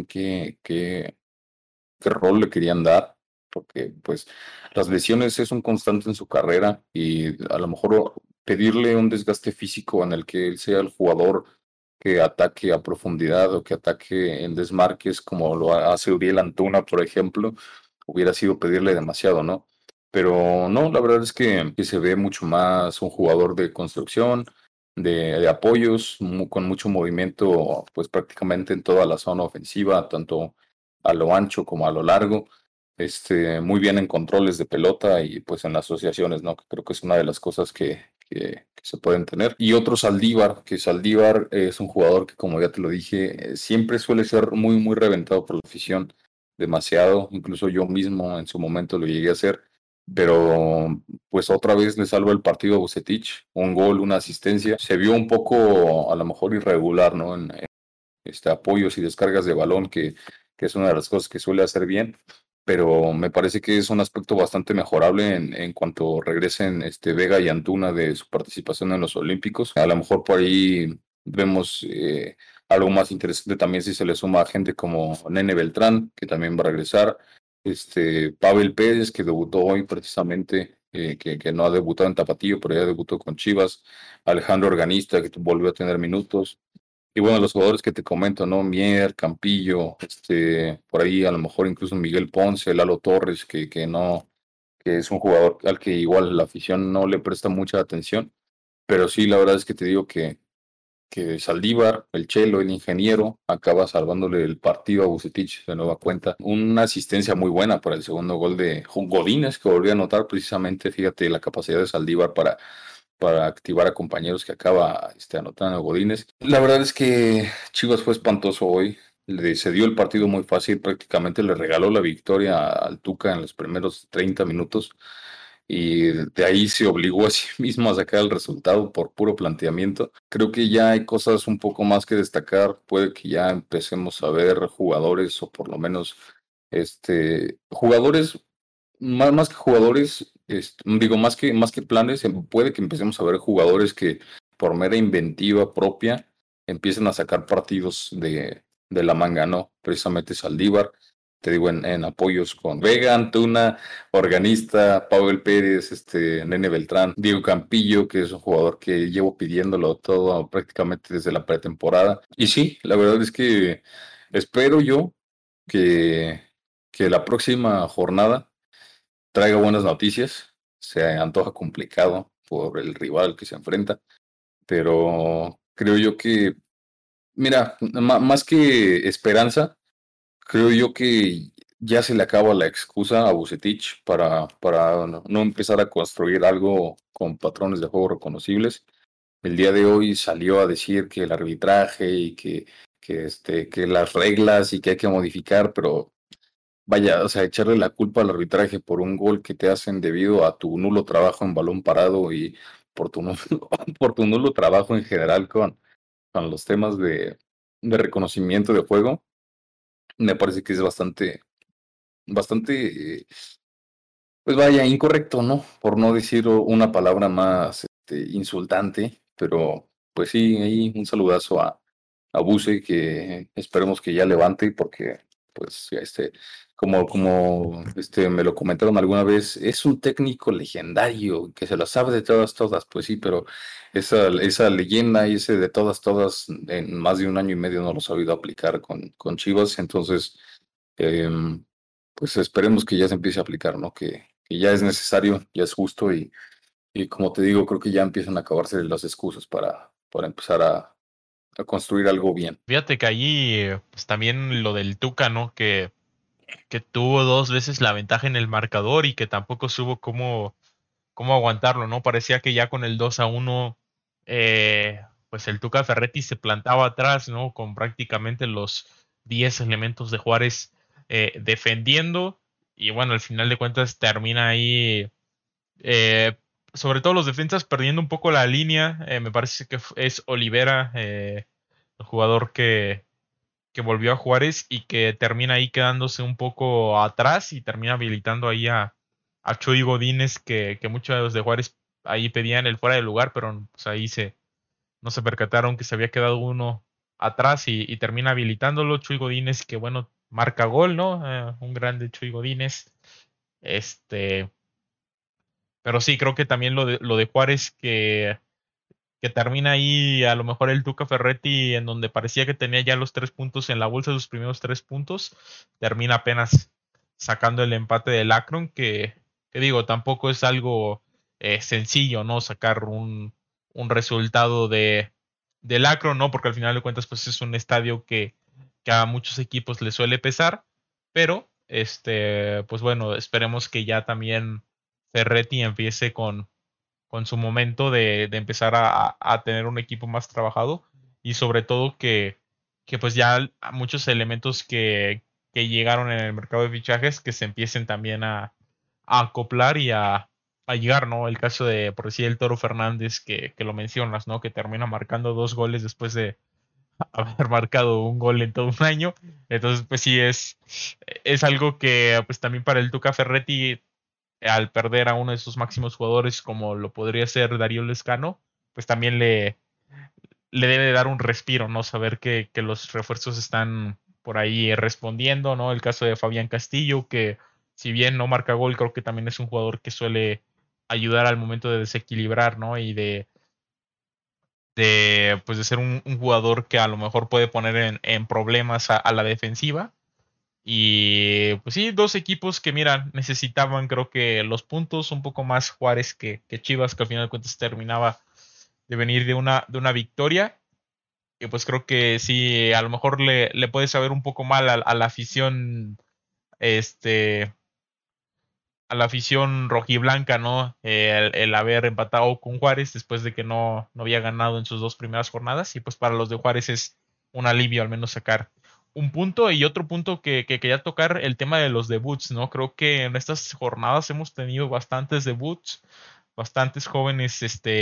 qué rol le querían dar, porque pues las lesiones es un constante en su carrera y a lo mejor pedirle un desgaste físico en el que él sea el jugador que ataque a profundidad o que ataque en desmarques como lo hace Uriel Antuna, por ejemplo, hubiera sido pedirle demasiado, ¿no? Pero no, la verdad es que se ve mucho más un jugador de construcción, de apoyos, con mucho movimiento, pues prácticamente en toda la zona ofensiva, tanto a lo ancho como a lo largo. Muy bien en controles de pelota y pues en asociaciones, ¿no? Que creo que es una de las cosas que se pueden tener. Y otro Saldívar, que Saldívar es un jugador que, como ya te lo dije, siempre suele ser muy, muy reventado por la afición, demasiado. Incluso yo mismo en su momento lo llegué a hacer. Pero pues otra vez le salva el partido a Vucetich, un gol, una asistencia. Se vio un poco a lo mejor irregular, ¿no? Apoyos y descargas de balón, que es una de las cosas que suele hacer bien, pero me parece que es un aspecto bastante mejorable en cuanto regresen Vega y Antuna de su participación en los Olímpicos. A lo mejor por ahí vemos algo más interesante también si se le suma a gente como Nene Beltrán, que también va a regresar, Pavel Pérez, que debutó hoy precisamente. Que no ha debutado en Tapatío, pero ya debutó con Chivas. Alejandro Organista, que volvió a tener minutos. Y bueno, los jugadores que te comento, ¿no? Mier, Campillo, por ahí a lo mejor incluso Miguel Ponce, Lalo Torres, que no, que es un jugador al que igual la afición no le presta mucha atención, pero sí, la verdad es que te digo que Saldívar, el Chelo, el ingeniero, acaba salvándole el partido a Vucetich de nueva cuenta. Una asistencia muy buena para el segundo gol de Godínez, que volví a anotar precisamente, fíjate, la capacidad de Saldívar para activar a compañeros que acaba anotando Godínez. La verdad es que Chivas fue espantoso hoy. Se dio el partido muy fácil, prácticamente le regaló la victoria al Tuca en los primeros 30 minutos y de ahí se obligó a sí mismo a sacar el resultado por puro planteamiento. Creo que ya hay cosas un poco más que destacar. Puede que ya empecemos a ver jugadores o por lo menos jugadores más que jugadores, digo, más que planes, puede que empecemos a ver jugadores que por mera inventiva propia empiecen a sacar partidos de la manga, ¿no? Precisamente Saldívar, te digo, en apoyos con Vega, Antuna, Organista, Pavel Pérez, Nene Beltrán, Diego Campillo, que es un jugador que llevo pidiéndolo todo prácticamente desde la pretemporada. Y sí, la verdad es que espero yo que, que la próxima jornada traiga buenas noticias. Se antoja complicado por el rival que se enfrenta, pero creo yo que, mira, más que esperanza, creo yo que ya se le acaba la excusa a Vucetich para no empezar a construir algo con patrones de juego reconocibles. El día de hoy salió a decir que el arbitraje y que las reglas y que hay que modificar, pero vaya, o sea, echarle la culpa al arbitraje por un gol que te hacen debido a tu nulo trabajo en balón parado y por tu nulo, por tu nulo trabajo en general con los temas de reconocimiento de juego, me parece que es bastante, pues vaya, incorrecto, ¿no? Por no decir una palabra más insultante, pero pues sí, ahí un saludazo a Buse, que esperemos que ya levante, porque pues como me lo comentaron alguna vez, es un técnico legendario, que se lo sabe de todas, pues sí, pero esa leyenda y ese de todas, en más de un año y medio no lo ha sabido aplicar con Chivas, entonces pues esperemos que ya se empiece a aplicar, ¿no? Que ya es necesario, ya es justo y como te digo, creo que ya empiezan a acabarse las excusas para empezar a construir algo bien. Fíjate que allí, pues también lo del Tuca, ¿no? Que tuvo dos veces la ventaja en el marcador y que tampoco supo cómo aguantarlo, ¿no? Parecía que ya con el 2-1, pues el Tuca Ferretti se plantaba atrás, ¿no? Con prácticamente los 10 elementos de Juárez defendiendo. Y bueno, al final de cuentas termina ahí, eh, sobre todo los defensas perdiendo un poco la línea. Me parece que es Olivera, el jugador que que volvió a Juárez y que termina ahí quedándose un poco atrás y termina habilitando ahí a Chuy Godínez, que muchos de Juárez ahí pedían el fuera de lugar, pero pues ahí no se percataron que se había quedado uno atrás y termina habilitándolo. Chuy Godínez, que bueno, marca gol, ¿no? Un grande Chuy Godínez. Este, pero sí, creo que también lo de Juárez que termina ahí a lo mejor el Tuca Ferretti en donde parecía que tenía ya los 3 puntos en la bolsa, sus primeros 3 puntos, termina apenas sacando el empate del Akron, que digo, tampoco es algo sencillo, ¿no? Sacar un resultado del Akron, ¿no? Porque al final de cuentas, pues es un estadio que a muchos equipos les suele pesar, pero pues bueno, esperemos que ya también Ferretti empiece con su momento de empezar a tener un equipo más trabajado y sobre todo que pues ya muchos elementos que llegaron en el mercado de fichajes que se empiecen también a acoplar y a llegar, ¿no? El caso de, por decir, el Toro Fernández que lo mencionas, ¿no? Que termina marcando 2 goles después de haber marcado un gol en todo un año. Entonces, pues sí, es algo que pues también para el Tuca Ferretti al perder a uno de sus máximos jugadores como lo podría ser Darío Lescano, pues también le debe dar un respiro, ¿no? Saber que los refuerzos están por ahí respondiendo, ¿no? El caso de Fabián Castillo, que si bien no marca gol, creo que también es un jugador que suele ayudar al momento de desequilibrar, ¿no? Y pues de ser un jugador que a lo mejor puede poner en problemas a la defensiva. Y pues sí, dos equipos que, mira, necesitaban creo que los puntos, un poco más Juárez que Chivas, que al final de cuentas terminaba de venir de una victoria. Y pues creo que sí, a lo mejor le puede saber un poco mal a la afición, este, a la afición rojiblanca, ¿no? El haber empatado con Juárez después de que no había ganado en sus 2 primeras jornadas. Y pues para los de Juárez es un alivio al menos sacar un punto. Y otro punto que quería tocar, el tema de los debuts, ¿no? Creo que en estas jornadas hemos tenido bastantes debuts, bastantes jóvenes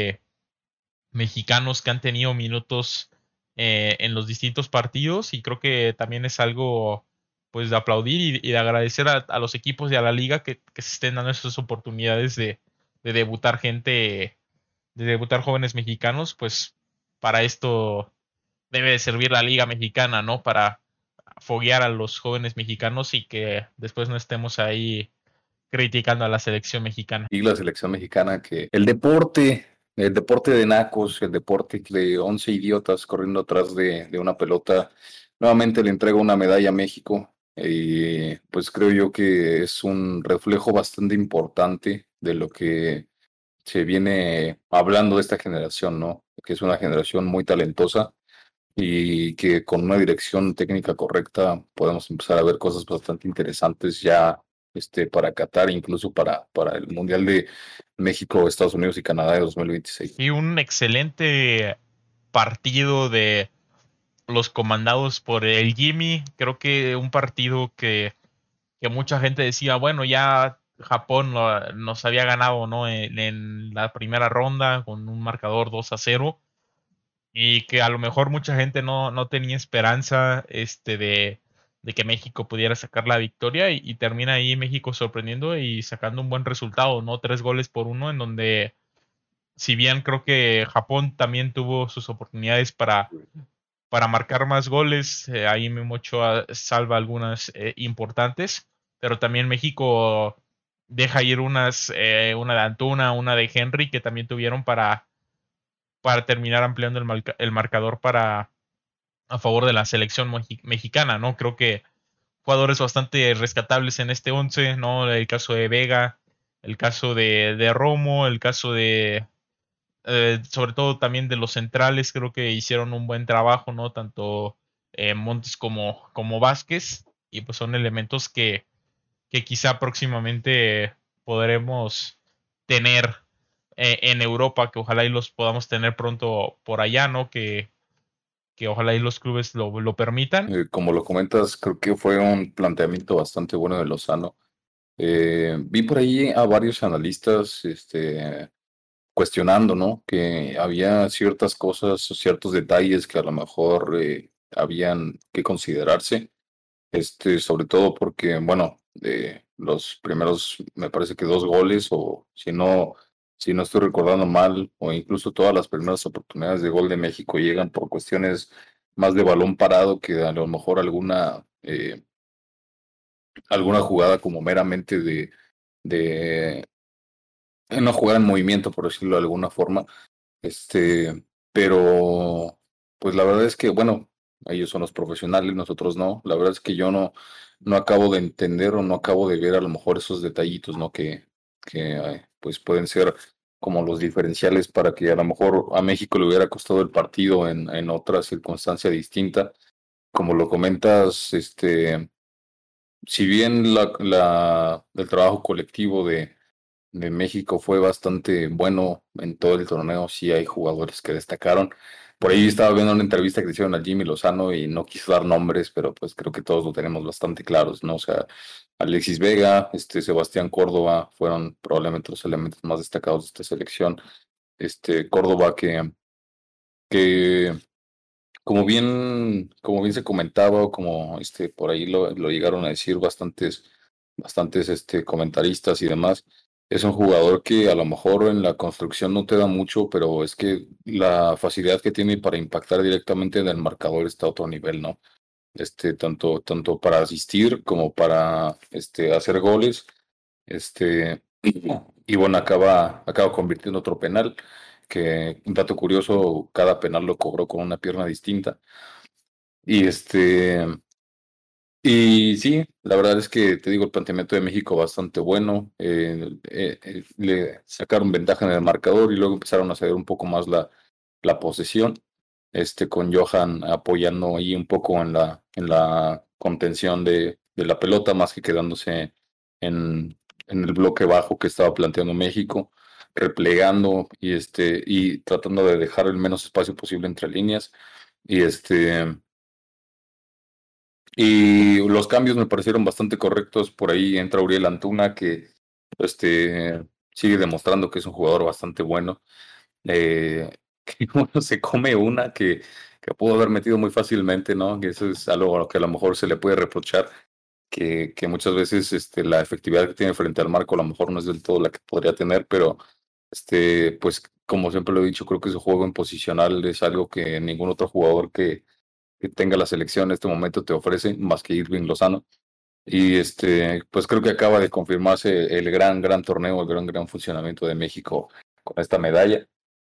mexicanos que han tenido minutos en los distintos partidos y creo que también es algo pues de aplaudir y de agradecer a los equipos y a la liga que se estén dando esas oportunidades de debutar gente, de debutar jóvenes mexicanos, pues para esto debe de servir la liga mexicana, ¿no? Para foguear a los jóvenes mexicanos y que después no estemos ahí criticando a la selección mexicana. Y la selección mexicana que el deporte de nacos, el deporte de 11 idiotas corriendo atrás de una pelota, nuevamente le entrega una medalla a México. Y pues creo yo que es un reflejo bastante importante de lo que se viene hablando de esta generación, ¿no? Que es una generación muy talentosa y que con una dirección técnica correcta podemos empezar a ver cosas bastante interesantes ya para Qatar, incluso para el Mundial de México, Estados Unidos y Canadá de 2026. Y un excelente partido de los comandados por el Jimmy. Creo que un partido que mucha gente decía, bueno, ya Japón nos había ganado, ¿no? En la primera ronda con un marcador 2-0 y que a lo mejor mucha gente no tenía esperanza de que México pudiera sacar la victoria y termina ahí México sorprendiendo y sacando un buen resultado, ¿no? 3 goles por 1 en donde si bien creo que Japón también tuvo sus oportunidades para marcar más goles. Ahí Memo Ochoa salva algunas importantes, pero también México deja ir una de Antuna, una de Henry, que también tuvieron para terminar ampliando el marcador a favor de la selección mexicana, ¿no? Creo que jugadores bastante rescatables en este 11, ¿no? El caso de Vega, el caso de Romo, el caso sobre todo también de los centrales, creo que hicieron un buen trabajo, ¿no? Tanto Montes como Vázquez, y pues son elementos que quizá próximamente podremos tener en Europa, que ojalá y los podamos tener pronto por allá, ¿no? Que ojalá y los clubes lo permitan. Como lo comentas, creo que fue un planteamiento bastante bueno de Lozano. Vi por ahí a varios analistas cuestionando, ¿no? Que había ciertas cosas, ciertos detalles que a lo mejor habían que considerarse, sobre todo porque, bueno, los primeros, me parece que 2 goles, o si no estoy recordando mal, o incluso todas las primeras oportunidades de gol de México llegan por cuestiones más de balón parado que a lo mejor alguna jugada como meramente de una jugada en movimiento, por decirlo de alguna forma. Pero pues la verdad es que, bueno, ellos son los profesionales, nosotros no. La verdad es que yo no acabo de entender o no acabo de ver a lo mejor esos detallitos, ¿no? Que pues pueden ser como los diferenciales para que a lo mejor a México le hubiera costado el partido en otra circunstancia distinta. Como lo comentas, si bien el trabajo colectivo de México fue bastante bueno en todo el torneo, sí hay jugadores que destacaron. Por ahí estaba viendo una entrevista que le hicieron a Jimmy Lozano y no quiso dar nombres, pero pues creo que todos lo tenemos bastante claros, ¿no? O sea, Alexis Vega, Sebastián Córdoba fueron probablemente los elementos más destacados de esta selección. Córdoba que como bien se comentaba, o como por ahí lo llegaron a decir bastantes comentaristas y demás, es un jugador que a lo mejor en la construcción no te da mucho, pero es que la facilidad que tiene para impactar directamente en el marcador está a otro nivel, ¿no? Tanto para asistir como para hacer goles. Y bueno, acaba convirtiendo otro penal, que un dato curioso, cada penal lo cobró con una pierna distinta. Y y sí, la verdad es que te digo, el planteamiento de México bastante bueno. Le sacaron ventaja en el marcador y luego empezaron a ceder un poco más la posesión. Con Johan apoyando ahí un poco en la contención de la pelota, más que quedándose en el bloque bajo que estaba planteando México, replegando y tratando de dejar el menos espacio posible entre líneas. Y y los cambios me parecieron bastante correctos. Por ahí entra Uriel Antuna, que sigue demostrando que es un jugador bastante bueno. Eh, que uno se come una que pudo haber metido muy fácilmente, ¿no? Que eso es algo a lo que a lo mejor se le puede reprochar, que muchas veces la efectividad que tiene frente al marco a lo mejor no es del todo la que podría tener, pero pues como siempre lo he dicho, creo que su juego en posicional es algo que ningún otro jugador que tenga la selección en este momento te ofrece, más que Irving Lozano. Y pues creo que acaba de confirmarse el gran torneo, el gran funcionamiento de México con esta medalla.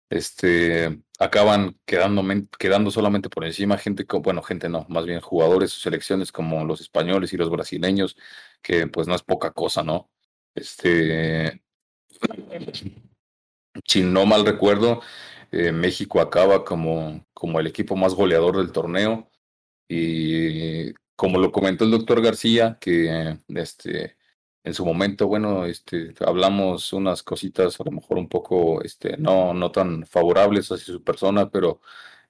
Acaban quedando solamente por encima bueno, gente no, más bien jugadores o selecciones como los españoles y los brasileños, que pues no es poca cosa, ¿no? Si no mal recuerdo, México acaba como el equipo más goleador del torneo. Y como lo comentó el doctor García, que en su momento, bueno, hablamos unas cositas a lo mejor un poco no tan favorables hacia su persona, pero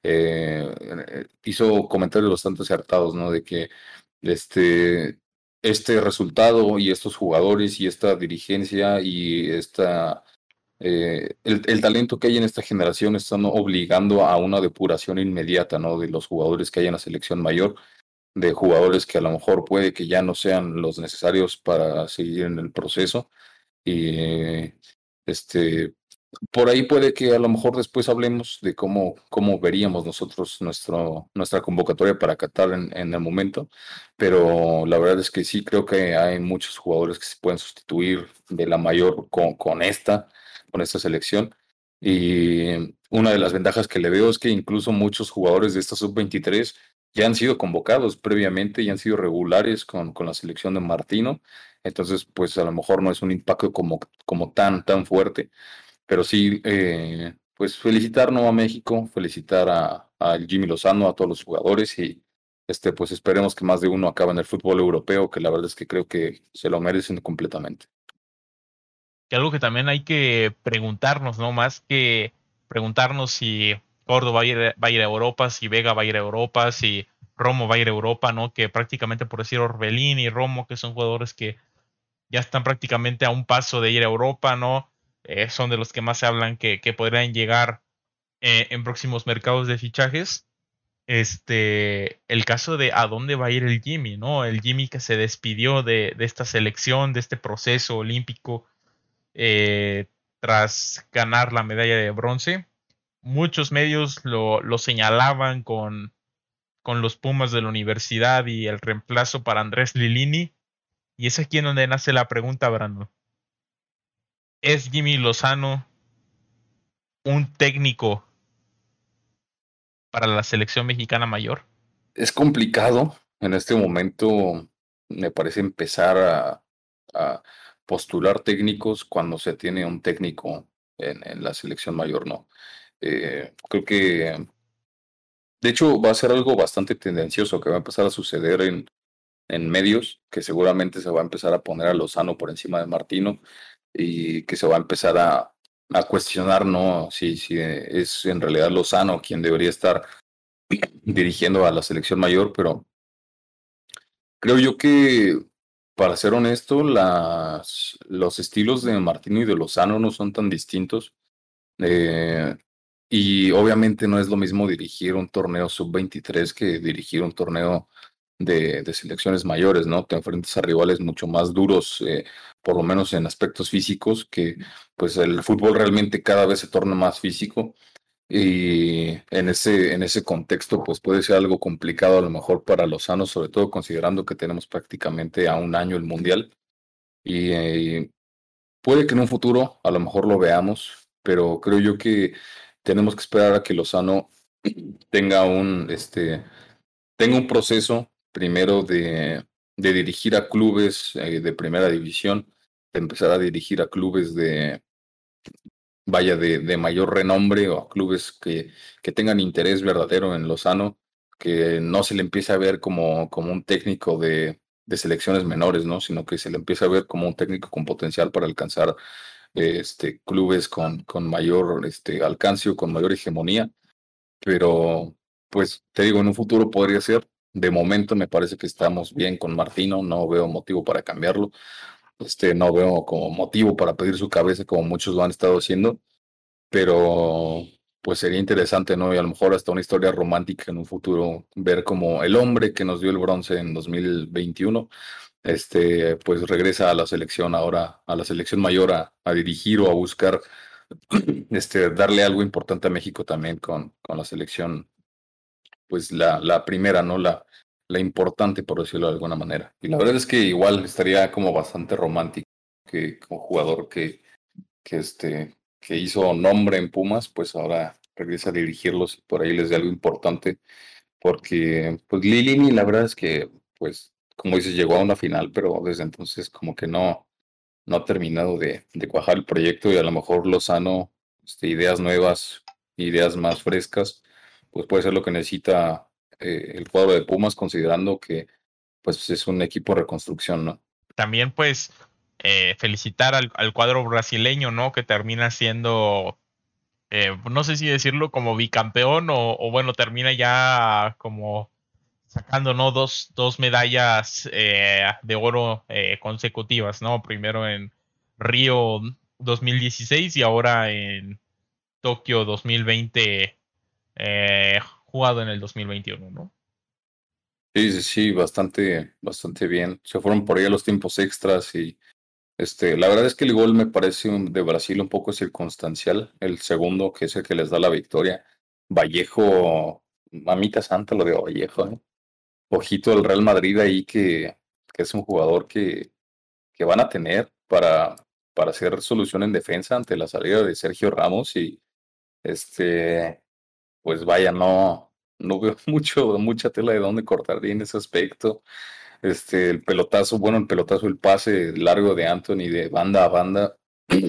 hizo comentarios bastante acertados, ¿no? De que este, este resultado y estos jugadores y esta dirigencia y el talento que hay en esta generación están obligando a una depuración inmediata, ¿no? De los jugadores que hay en la selección mayor, de jugadores que a lo mejor puede que ya no sean los necesarios para seguir en el proceso. Y este, por ahí puede que a lo mejor después hablemos de cómo veríamos nosotros nuestra convocatoria para Qatar en el momento, pero la verdad es que sí creo que hay muchos jugadores que se pueden sustituir de la mayor con esta selección. Y una de las ventajas que le veo es que incluso muchos jugadores de esta sub-23 ya han sido convocados previamente y han sido regulares con la selección de Martino. Entonces, pues a lo mejor no es un impacto como tan fuerte, pero sí, pues felicitar, ¿no?, a México, felicitar a Jimmy Lozano, a todos los jugadores y pues esperemos que más de uno acabe en el fútbol europeo, que la verdad es que creo que se lo merecen completamente. Que algo que también hay que preguntarnos, ¿no? Más que preguntarnos si Córdoba va a ir a Europa, si Vega va a ir a Europa, si Romo va a ir a Europa, ¿no? Que prácticamente por decir Orbelín y Romo, que son jugadores que ya están prácticamente a un paso de ir a Europa, ¿no? Son de los que más se hablan que podrían llegar en próximos mercados de fichajes. el caso de a dónde va a ir el Jimmy, ¿no? El Jimmy que se despidió de esta selección, de este proceso olímpico, eh, tras ganar la medalla de bronce. Muchos medios lo señalaban con los Pumas de la universidad y el reemplazo para Andrés Lilini. Y es aquí en donde nace la pregunta, Brando. ¿Es Jimmy Lozano un técnico para la selección mexicana mayor? Es complicado en este momento, me parece empezar a postular técnicos cuando se tiene un técnico en la selección mayor, ¿no? Creo que, de hecho, va a ser algo bastante tendencioso que va a empezar a suceder en medios, que seguramente se va a empezar a poner a Lozano por encima de Martino y que se va a empezar a cuestionar, ¿no? Si es en realidad Lozano quien debería estar dirigiendo a la selección mayor, pero creo yo que, para ser honesto, los estilos de Martino y de Lozano no son tan distintos. Eh, y obviamente no es lo mismo dirigir un torneo sub-23 que dirigir un torneo de selecciones mayores, ¿no? Te enfrentas a rivales mucho más duros, por lo menos en aspectos físicos, que pues el fútbol realmente cada vez se torna más físico. Y en ese contexto, pues puede ser algo complicado a lo mejor para Lozano, sobre todo considerando que tenemos prácticamente a un año el Mundial. Y puede que en un futuro a lo mejor lo veamos, pero creo yo que tenemos que esperar a que Lozano tenga tenga un proceso primero de dirigir a clubes de primera división, de empezar a dirigir a clubes de mayor renombre o a clubes que tengan interés verdadero en Lozano, que no se le empiece a ver como un técnico de selecciones menores, ¿no? Sino que se le empiece a ver como un técnico con potencial para alcanzar clubes con mayor alcance o con mayor hegemonía. Pero, pues, te digo, en un futuro podría ser. De momento me parece que estamos bien con Martino, no veo motivo para cambiarlo. No veo como motivo para pedir su cabeza como muchos lo han estado haciendo, pero pues sería interesante, ¿no? Y a lo mejor hasta una historia romántica en un futuro, ver como el hombre que nos dio el bronce en 2021, pues regresa a la selección ahora, a la selección mayor a dirigir o a buscar, darle algo importante a México también con la selección, pues la primera, ¿no? La importante, por decirlo de alguna manera. Y la verdad es que igual estaría como bastante romántico que como jugador que hizo nombre en Pumas, pues ahora regresa a dirigirlos y por ahí les dé algo importante, porque pues Lilini la verdad es que, pues, como dices, llegó a una final, pero desde entonces como que no ha terminado de cuajar el proyecto y a lo mejor Lozano, ideas nuevas, ideas más frescas, pues puede ser lo que necesita el cuadro de Pumas, considerando que pues es un equipo de reconstrucción, ¿no? También, pues, felicitar al cuadro brasileño, ¿no? Que termina siendo, no sé si decirlo como bicampeón o bueno, termina ya como sacando, ¿no? Dos medallas de oro consecutivas, ¿no? Primero en Río 2016 y ahora en Tokio 2020, jugado en el 2021, ¿no? Sí, sí, sí, bastante bien. Se fueron por ahí a los tiempos extras y la verdad es que el gol me parece de Brasil un poco circunstancial. El segundo, que es el que les da la victoria. Vallejo, mamita santa lo de Vallejo, ¿eh? Ojito al Real Madrid ahí que es un jugador que van a tener para hacer solución en defensa ante la salida de Sergio Ramos y este pues vaya, no veo mucha tela de dónde cortar en ese aspecto. El pelotazo, bueno, el pase largo de Anthony de banda a banda.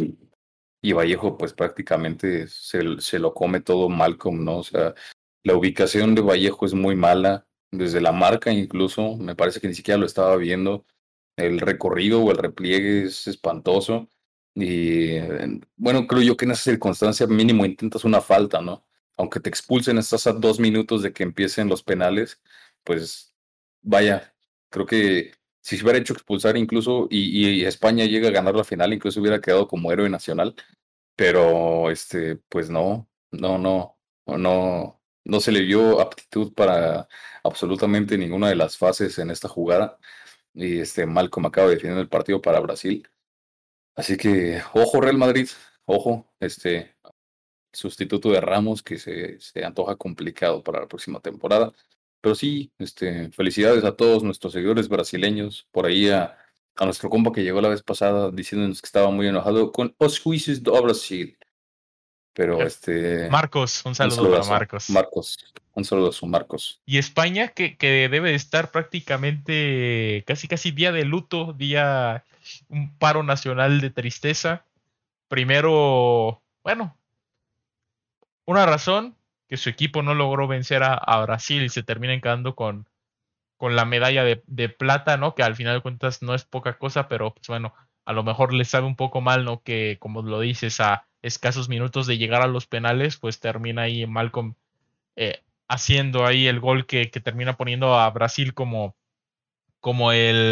Y Vallejo, pues prácticamente se lo come todo Malcolm, ¿no? O sea, la ubicación de Vallejo es muy mala, desde la marca incluso, me parece que ni siquiera lo estaba viendo. El recorrido o el repliegue es espantoso. Y bueno, creo yo que en esa circunstancia mínimo intentas una falta, ¿no? Aunque te expulsen, estás a 2 minutos de que empiecen los penales, pues vaya, creo que si se hubiera hecho expulsar incluso y España llega a ganar la final, incluso hubiera quedado como héroe nacional, pero pues no no se le vio aptitud para absolutamente ninguna de las fases en esta jugada. Y Malcolm acaba definiendo el partido para Brasil. Así que, ojo Real Madrid, ojo, sustituto de Ramos que se antoja complicado para la próxima temporada. Pero sí, felicidades a todos nuestros seguidores brasileños, por ahí a nuestro compa que llegó la vez pasada diciéndonos que estaba muy enojado con os juízes do Brasil. Pero Marcos, un un saludo para saludazo, Marcos. Marcos, un saludazo, Marcos. Y España, que debe de estar prácticamente casi día de luto, un paro nacional de tristeza. Primero, bueno, una razón que su equipo no logró vencer a Brasil y se termina quedando con la medalla de plata, ¿no? Que al final de cuentas no es poca cosa, pero pues bueno, a lo mejor le sabe un poco mal, ¿no? Que como lo dices, a escasos minutos de llegar a los penales, pues termina ahí Malcolm haciendo ahí el gol que termina poniendo a Brasil como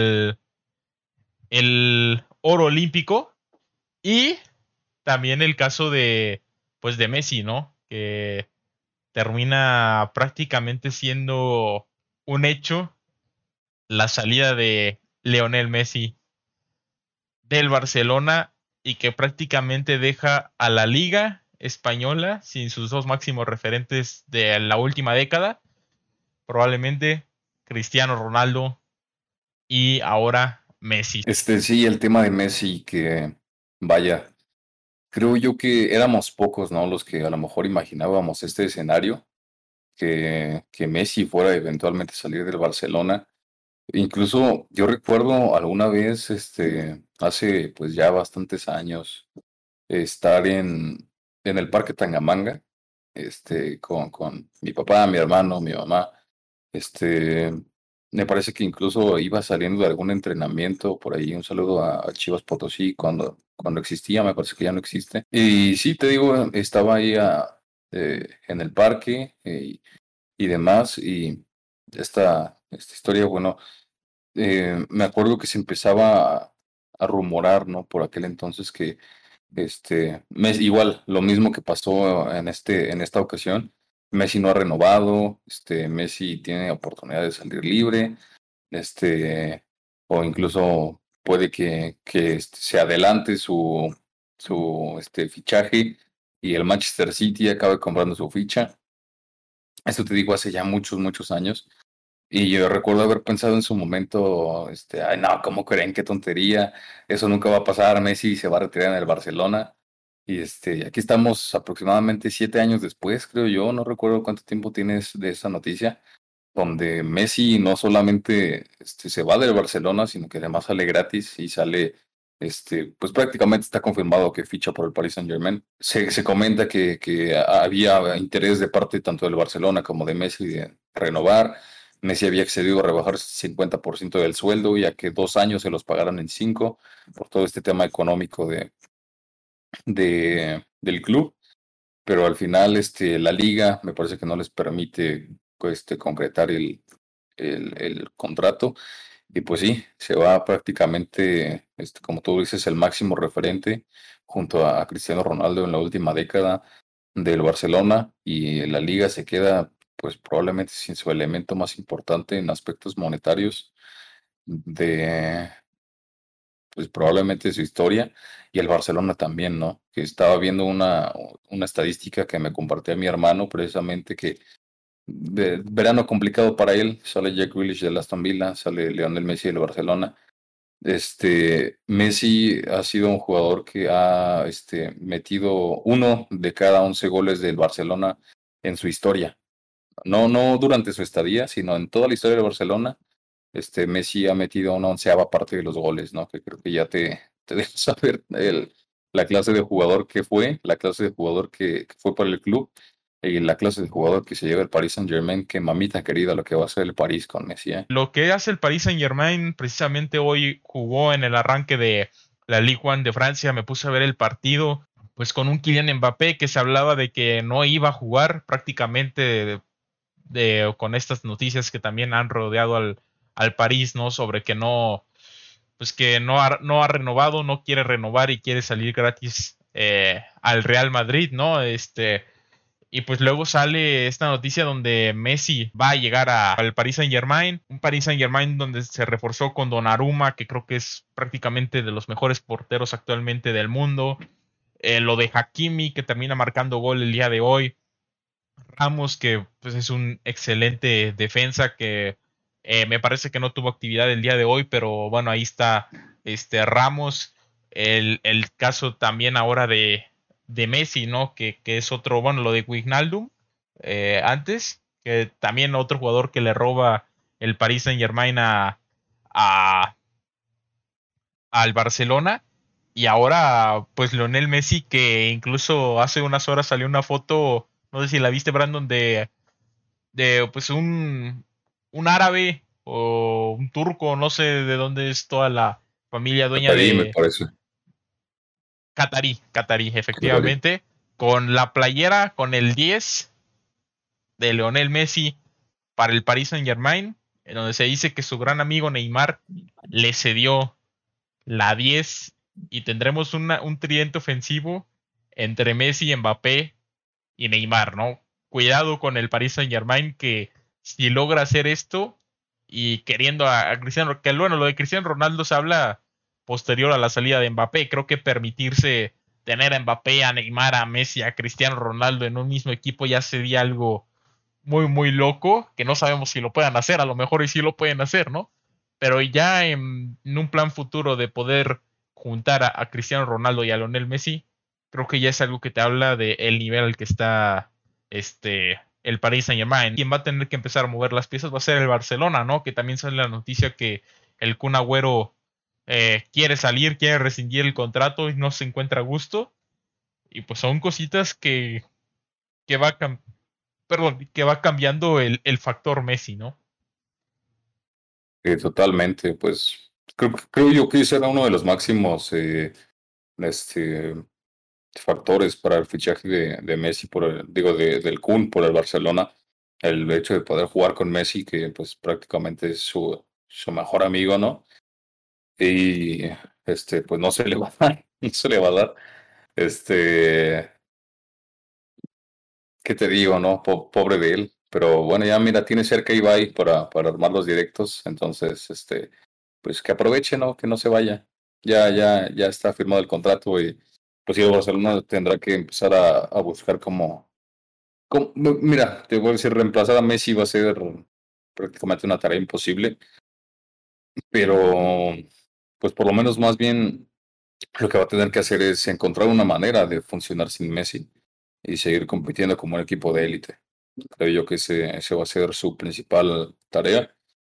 el oro olímpico. Y también el caso pues de Messi, ¿no? Que termina prácticamente siendo un hecho la salida de Lionel Messi del Barcelona y que prácticamente deja a la liga española sin sus dos máximos referentes de la última década, probablemente Cristiano Ronaldo y ahora Messi. Sí, el tema de Messi, que vaya, creo yo que éramos pocos, ¿no? Los que a lo mejor imaginábamos este escenario, que Messi fuera eventualmente a salir del Barcelona. Incluso yo recuerdo alguna vez, hace pues ya bastantes años, estar en el Parque Tangamanga, con mi papá, mi hermano, mi mamá. Este, Me parece que incluso iba saliendo de algún entrenamiento por ahí. Un saludo a Chivas Potosí cuando existía, me parece que ya no existe. Y sí, te digo, estaba ahí en el parque y demás. Y esta historia, bueno, me acuerdo que se empezaba a rumorar, ¿no? Por aquel entonces que igual, lo mismo que pasó en esta ocasión. Messi no ha renovado, Messi tiene oportunidad de salir libre, este, o incluso puede que se adelante su fichaje y el Manchester City acabe comprando su ficha. Esto te digo hace ya muchos, muchos años. Y yo recuerdo haber pensado en su momento, ay no, ¿cómo creen? Qué tontería, eso nunca va a pasar, Messi se va a retirar en el Barcelona. Y aquí estamos aproximadamente 7 años después, creo yo, no recuerdo cuánto tiempo tienes de esa noticia, donde Messi no solamente se va del Barcelona, sino que además sale gratis y sale, pues prácticamente está confirmado que ficha por el Paris Saint-Germain. Se comenta que había interés de parte tanto del Barcelona como de Messi de renovar. Messi había accedido a rebajar 50% del sueldo, ya que 2 años se los pagaran en 5, por todo este tema económico del club. Pero al final la liga me parece que no les permite concretar el contrato. Y pues sí, se va prácticamente, como tú dices, el máximo referente junto a Cristiano Ronaldo en la última década del Barcelona, y la liga se queda pues probablemente sin su elemento más importante en aspectos monetarios de pues probablemente su historia, y el Barcelona también, ¿no? Que estaba viendo una estadística que me compartía mi hermano precisamente, que verano complicado para él, sale Jack Grealish del Aston Villa, sale Lionel Messi del Barcelona. Messi ha sido un jugador que ha metido 1 de cada 11 goles del Barcelona en su historia. No, no durante su estadía, sino en toda la historia del Barcelona. Messi ha metido una 11ª parte de los goles, ¿no? Que creo que ya te deja saber la clase de jugador que fue, la clase de jugador que fue para el club, y la clase de jugador que se lleva el Paris Saint-Germain, que mamita querida lo que va a hacer el París con Messi, ¿eh? Lo que hace el Paris Saint-Germain, precisamente hoy jugó en el arranque de la Ligue 1 de Francia, me puse a ver el partido, pues con un Kylian Mbappé que se hablaba de que no iba a jugar prácticamente con estas noticias que también han rodeado al París, ¿no? Sobre que pues que no ha renovado, no quiere renovar y quiere salir gratis al Real Madrid, ¿no? Y pues luego sale esta noticia donde Messi va a llegar al Paris Saint-Germain, un Paris Saint-Germain donde se reforzó con Donnarumma, que creo que es prácticamente de los mejores porteros actualmente del mundo. Lo de Hakimi, que termina marcando gol el día de hoy. Ramos, que pues es un excelente defensa que me parece que no tuvo actividad el día de hoy, pero bueno, ahí está Ramos. El caso también ahora de Messi, ¿no? Que es otro, bueno, lo de Wijnaldum antes, que también otro jugador que le roba el Paris Saint-Germain a- al Barcelona. Y ahora, pues Lionel Messi, que incluso hace unas horas salió una foto, no sé si la viste, Brandon, de pues un árabe o un turco, no sé de dónde es toda la familia dueña Catarí, me de parece. Qatarí, Catarí. efectivamente, con la playera, con el 10 de Lionel Messi para el Paris Saint-Germain, en donde se dice que su gran amigo Neymar le cedió la 10 y tendremos un tridente ofensivo entre Messi, Mbappé y Neymar, ¿no? Cuidado con el Paris Saint-Germain que si logra hacer esto y queriendo a Cristiano, que bueno, lo de Cristiano Ronaldo se habla posterior a la salida de Mbappé, creo que permitirse tener a Mbappé, a Neymar, a Messi, a Cristiano Ronaldo en un mismo equipo ya sería algo muy, muy loco, que no sabemos si lo puedan hacer, a lo mejor y sí lo pueden hacer, ¿no? Pero ya en un plan futuro de poder juntar a Cristiano Ronaldo y a Lionel Messi, creo que ya es algo que te habla del nivel al que está el Paris Saint-Germain. Quien va a tener que empezar a mover las piezas va a ser el Barcelona, ¿no? Que también sale la noticia que el Kun Agüero quiere salir, quiere rescindir el contrato y no se encuentra a gusto. Y pues son cositas que va, perdón, que va cambiando el factor Messi, ¿no? Totalmente, pues creo yo que ese era uno de los máximos este, factores para el fichaje de Messi, digo, del Kun por el Barcelona, el hecho de poder jugar con Messi, que pues prácticamente es su mejor amigo, ¿no? Y pues no se le va a dar, no se le va a dar. Este, ¿Qué te digo, no? Pobre de él. Pero bueno, ya mira, tiene cerca a Ibai para armar los directos, entonces, pues que aproveche, ¿no? Que no se vaya. Ya está firmado el contrato y pues sí, el Barcelona tendrá que empezar a buscar mira, te voy a decir, reemplazar a Messi va a ser prácticamente una tarea imposible, pero pues por lo menos más bien lo que va a tener que hacer es encontrar una manera de funcionar sin Messi y seguir compitiendo como un equipo de élite. Creo yo que ese va a ser su principal tarea.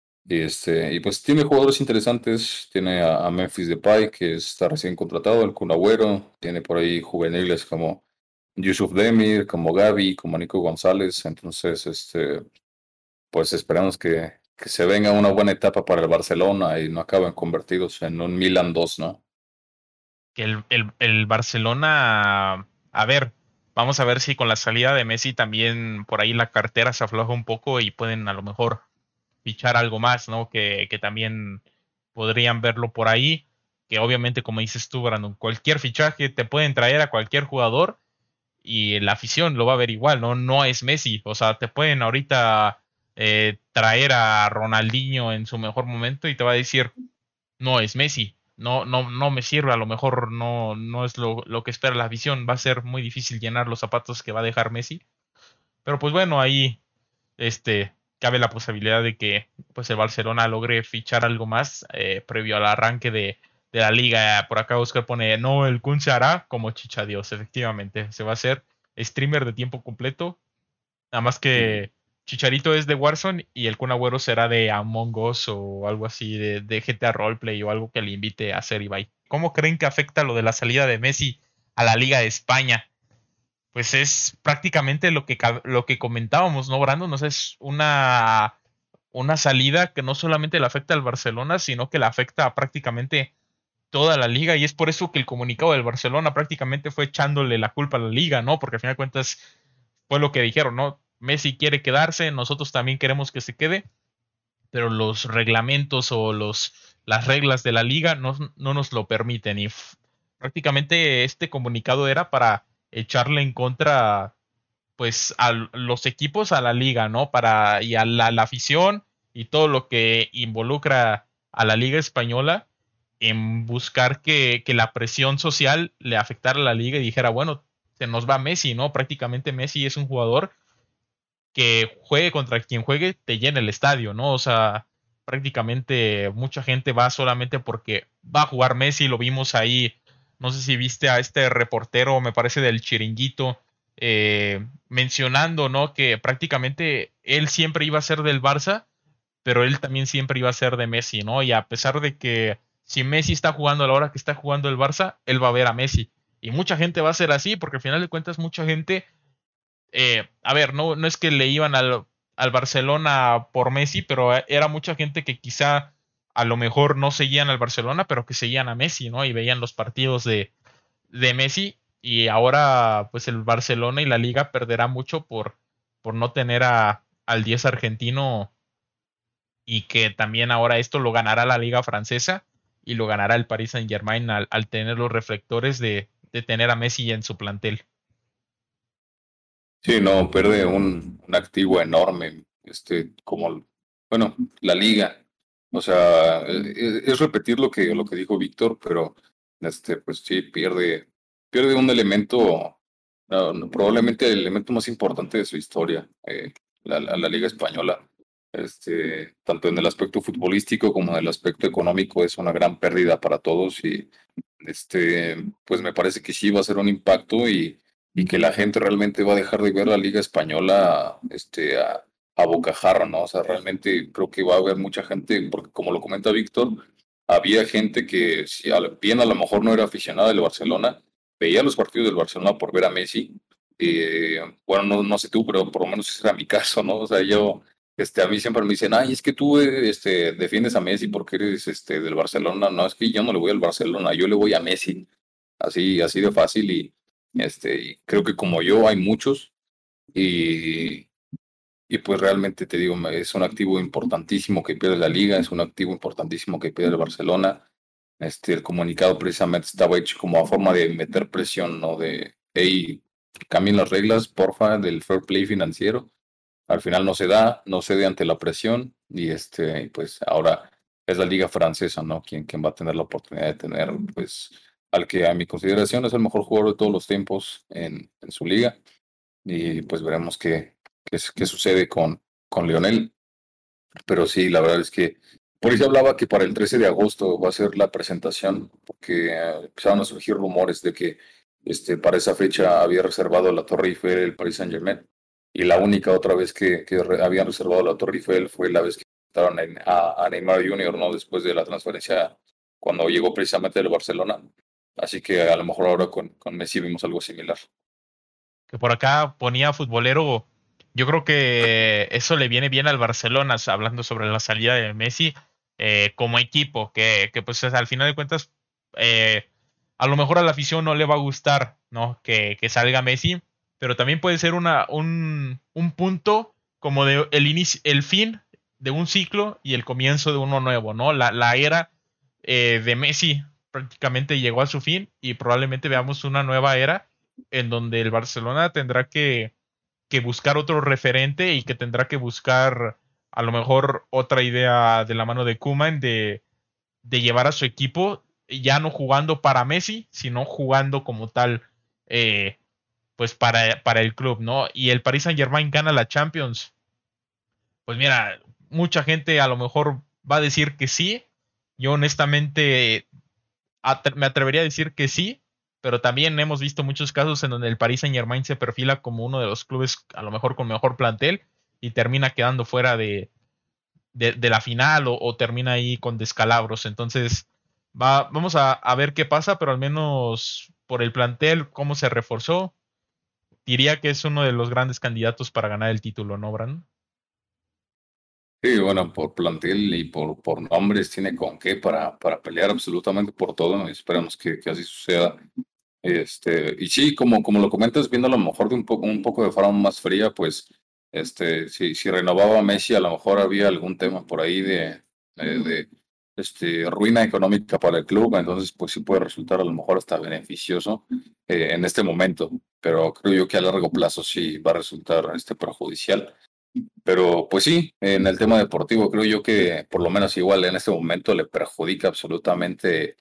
Y pues tiene jugadores interesantes, tiene a Memphis Depay, que está recién contratado, el Kun Agüero, tiene por ahí juveniles como Yusuf Demir, como Gavi, como Nico González, entonces pues esperamos que se venga una buena etapa para el Barcelona y no acaben convertidos en un Milan 2, ¿no? Que el Barcelona, a ver, vamos a ver si con la salida de Messi también por ahí la cartera se afloja un poco y pueden a lo mejor fichar algo más, ¿no? Que también podrían verlo por ahí, que obviamente como dices tú, Brandon, cualquier fichaje te pueden traer a cualquier jugador y la afición lo va a ver igual, ¿no? No es Messi, o sea, te pueden ahorita traer a Ronaldinho en su mejor momento y te va a decir, no es Messi, no me sirve, a lo mejor no es lo que espera la afición, va a ser muy difícil llenar los zapatos que va a dejar Messi, pero pues bueno, ahí cabe la posibilidad de que pues el Barcelona logre fichar algo más previo al arranque de la liga. Por acá Oscar pone, no, el Kun se hará como Chicha Dios, efectivamente, se va a hacer streamer de tiempo completo, nada más que Chicharito es de Warzone y el Kun Agüero será de Among Us o algo así, de GTA Roleplay o algo que le invite a hacer Ibai. ¿Cómo creen que afecta lo de la salida de Messi a la Liga de España? Pues es prácticamente lo que comentábamos, ¿no, Brandon? O sea, es una salida que no solamente le afecta al Barcelona, sino que le afecta a prácticamente toda la liga. Y es por eso que el comunicado del Barcelona prácticamente fue echándole la culpa a la liga, ¿no? Porque al final de cuentas fue lo que dijeron, ¿no? Messi quiere quedarse, nosotros también queremos que se quede, pero los reglamentos o las reglas de la liga no nos lo permiten. Prácticamente este comunicado era para echarle en contra pues a los equipos, a la liga, ¿no? Y a la afición y todo lo que involucra a la liga española en buscar que la presión social le afectara a la liga y dijera, bueno, se nos va Messi, ¿no? Prácticamente Messi es un jugador que juegue contra quien juegue, te llena el estadio, ¿no? O sea, prácticamente mucha gente va solamente porque va a jugar Messi, lo vimos ahí, no sé si viste a este reportero, me parece del Chiringuito, mencionando, ¿no? Que prácticamente él siempre iba a ser del Barça, pero él también siempre iba a ser de Messi, ¿no? Y a pesar de que si Messi está jugando a la hora que está jugando el Barça, él va a ver a Messi. Y mucha gente va a ser así, porque al final de cuentas mucha gente a ver, no es que le iban al Barcelona por Messi, pero era mucha gente que quizá a lo mejor no seguían al Barcelona, pero que seguían a Messi, ¿no? Y veían los partidos de Messi. Y ahora, pues el Barcelona y la Liga perderá mucho por no tener al 10 argentino y que también ahora esto lo ganará la Liga Francesa y lo ganará el Paris Saint-Germain al tener los reflectores de tener a Messi en su plantel. Sí, no, pierde un activo enorme, como, bueno, la liga. O sea, es repetir lo que dijo Víctor, pero pues sí, pierde un elemento, probablemente el elemento más importante de su historia, la Liga Española. Tanto en el aspecto futbolístico como en el aspecto económico es una gran pérdida para todos y pues me parece que sí va a ser un impacto y que la gente realmente va a dejar de ver la Liga Española a bocajarro, ¿no? O sea, realmente creo que va a haber mucha gente, porque como lo comenta Víctor, había gente que, si bien a lo mejor no era aficionada del Barcelona, veía los partidos del Barcelona por ver a Messi. Bueno, no sé tú, pero por lo menos ese era mi caso, ¿no? O sea, a mí siempre me dicen, ay, es que tú defiendes a Messi porque eres del Barcelona. No, es que yo no le voy al Barcelona, yo le voy a Messi. Así de fácil y creo que como yo hay muchos y, y pues realmente te digo, es un activo importantísimo que pierde la liga, es un activo importantísimo que pierde el Barcelona. El comunicado precisamente estaba hecho como a forma de meter presión, ¿no? De, hey, cambien las reglas, porfa, del fair play financiero. Al final no cede ante la presión y pues ahora es la liga francesa, ¿no? Quien va a tener la oportunidad de tener, pues, al que a mi consideración es el mejor jugador de todos los tiempos en su liga y pues veremos qué sucede con Lionel. Pero sí, la verdad es que por eso hablaba que para el 13 de agosto va a ser la presentación, porque empezaron a surgir rumores de que para esa fecha había reservado la Torre Eiffel el Paris Saint-Germain. Y la única otra vez que habían reservado la Torre Eiffel fue la vez que quitaron a Neymar Jr., ¿no? Después de la transferencia, cuando llegó precisamente del Barcelona. Así que a lo mejor ahora con Messi vimos algo similar. Que por acá ponía futbolero, yo creo que eso le viene bien al Barcelona, hablando sobre la salida de Messi como equipo, que pues al final de cuentas eh, a lo mejor a la afición no le va a gustar, ¿no? Que salga Messi, pero también puede ser un punto como de el inicio, el fin de un ciclo y el comienzo de uno nuevo, ¿no? La era de Messi prácticamente llegó a su fin y probablemente veamos una nueva era en donde el Barcelona tendrá que buscar otro referente y que tendrá que buscar a lo mejor otra idea de la mano de Koeman de llevar a su equipo ya no jugando para Messi, sino jugando como tal, pues para el club, ¿no? Y el Paris Saint-Germain gana la Champions. Pues mira, mucha gente a lo mejor va a decir que sí. Yo honestamente me atrevería a decir que sí, pero también hemos visto muchos casos en donde el Paris Saint-Germain se perfila como uno de los clubes a lo mejor con mejor plantel y termina quedando fuera de la final o termina ahí con descalabros. Entonces, vamos a ver qué pasa, pero al menos por el plantel, cómo se reforzó, diría que es uno de los grandes candidatos para ganar el título, ¿no, Brandon? Sí, bueno, por plantel y por nombres tiene con qué para pelear absolutamente por todo, ¿no? Y esperamos que así suceda. Y sí, como lo comentas, viendo a lo mejor de un poco de forma más fría, pues, si renovaba a Messi, a lo mejor había algún tema por ahí ruina económica para el club, entonces pues sí puede resultar a lo mejor hasta beneficioso en este momento, pero creo yo que a largo plazo sí va a resultar perjudicial. Pero pues sí, en el tema deportivo creo yo que por lo menos igual en este momento le perjudica absolutamente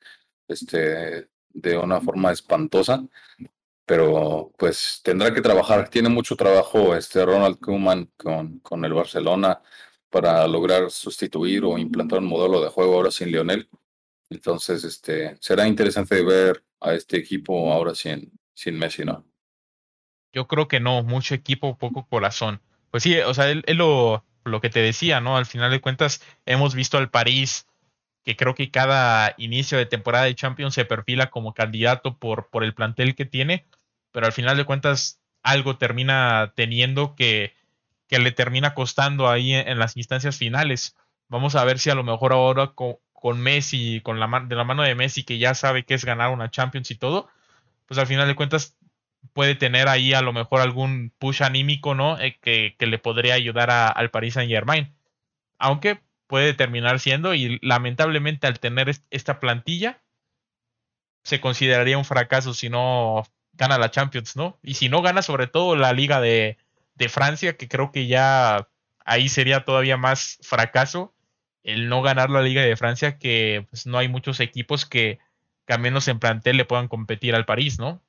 de una forma espantosa, pero pues tendrá que trabajar. Tiene mucho trabajo Ronald Koeman con el Barcelona para lograr sustituir o implantar un modelo de juego ahora sin Lionel. Entonces, será interesante ver a este equipo ahora sin Messi, ¿no? Yo creo que no, mucho equipo, poco corazón. Pues sí, o sea, él lo que te decía, ¿no? Al final de cuentas, hemos visto al París, que creo que cada inicio de temporada de Champions se perfila como candidato por el plantel que tiene, pero al final de cuentas algo termina teniendo que le termina costando ahí en las instancias finales. Vamos a ver si a lo mejor ahora con Messi, de la mano de Messi, que ya sabe que es ganar una Champions y todo, pues al final de cuentas puede tener ahí a lo mejor algún push anímico, ¿no? Que le podría ayudar al Paris Saint-Germain. Aunque puede terminar siendo, y lamentablemente al tener esta plantilla, se consideraría un fracaso si no gana la Champions, ¿no? Y si no gana sobre todo la Liga de Francia, que creo que ya ahí sería todavía más fracaso el no ganar la Liga de Francia, que pues, no hay muchos equipos que a menos en plantel le puedan competir al París, ¿no?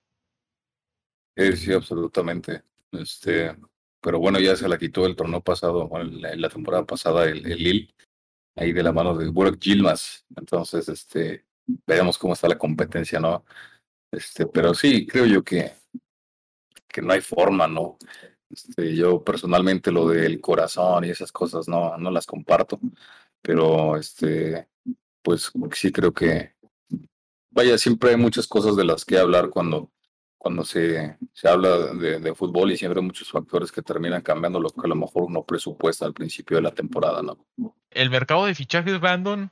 Sí, absolutamente. Pero bueno, ya se la quitó el torneo pasado, bueno, la temporada pasada el Lille, ahí de la mano de Burak Yilmaz. Entonces, veremos cómo está la competencia, ¿no? Pero sí, creo yo que no hay forma, ¿no? Yo personalmente lo del corazón y esas cosas no las comparto, pero pues sí creo que, vaya, siempre hay muchas cosas de las que hablar cuando se habla de fútbol y siempre hay muchos factores que terminan cambiando lo que a lo mejor uno presupuesta al principio de la temporada, ¿no? El mercado de fichajes, Brandon,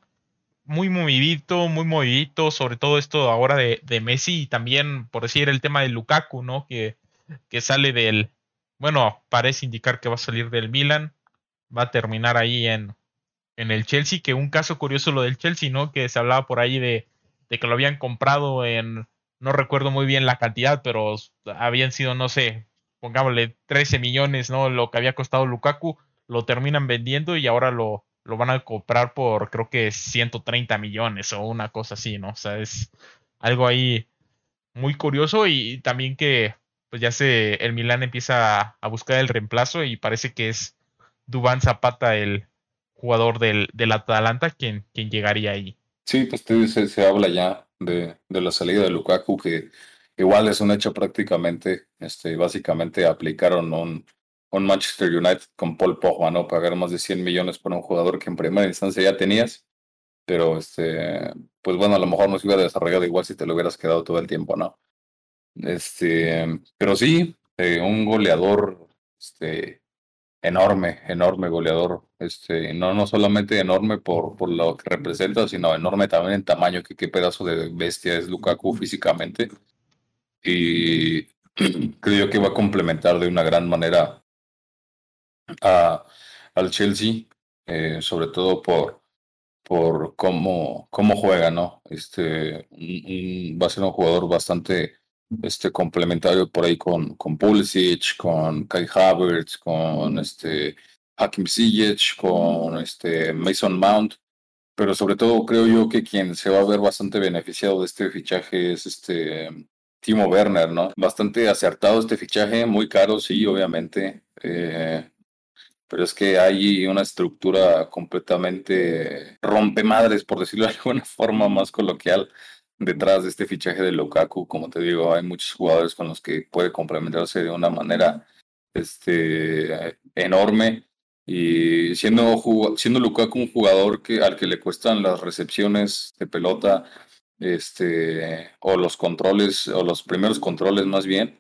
muy movidito, sobre todo esto ahora de Messi y también, por decir, el tema de Lukaku, ¿no? Que sale bueno, parece indicar que va a salir del Milan, va a terminar ahí en el Chelsea, que un caso curioso lo del Chelsea, ¿no? Que se hablaba por ahí de que lo habían comprado no recuerdo muy bien la cantidad, pero habían sido, no sé, pongámosle 13 millones, ¿no? Lo que había costado Lukaku, lo terminan vendiendo y ahora lo van a comprar por creo que 130 millones o una cosa así, ¿no? O sea, es algo ahí muy curioso y también que pues ya el Milan empieza a buscar el reemplazo y parece que es Duván Zapata el jugador del Atalanta quien llegaría ahí. Sí, pues se habla ya de la salida de Lukaku, que igual es un hecho prácticamente, básicamente aplicaron un Manchester United con Paul Pogba, ¿no? Pagar más de 100 millones por un jugador que en primera instancia ya tenías, pero pues bueno, a lo mejor no se hubiera desarrollado igual si te lo hubieras quedado todo el tiempo, ¿no? Pero sí, un goleador, enorme, enorme goleador. No solamente enorme por lo que representa, sino enorme también en tamaño, que qué pedazo de bestia es Lukaku físicamente. Y creo yo que va a complementar de una gran manera a, al Chelsea, sobre todo por cómo juega, ¿no? Va a ser un jugador bastante complementario por ahí con Pulisic, con Kai Havertz, con Hakim Ziyech, con Mason Mount, pero sobre todo creo yo que quien se va a ver bastante beneficiado de este fichaje es Timo Werner, ¿no? Bastante acertado este fichaje, muy caro, sí, obviamente. Pero es que hay una estructura completamente rompemadres, por decirlo de alguna forma más coloquial, detrás de este fichaje de Lukaku. Como te digo, hay muchos jugadores con los que puede complementarse de una manera enorme. Y siendo Lukaku un jugador al que le cuestan las recepciones de pelota, o los controles, o los primeros controles más bien,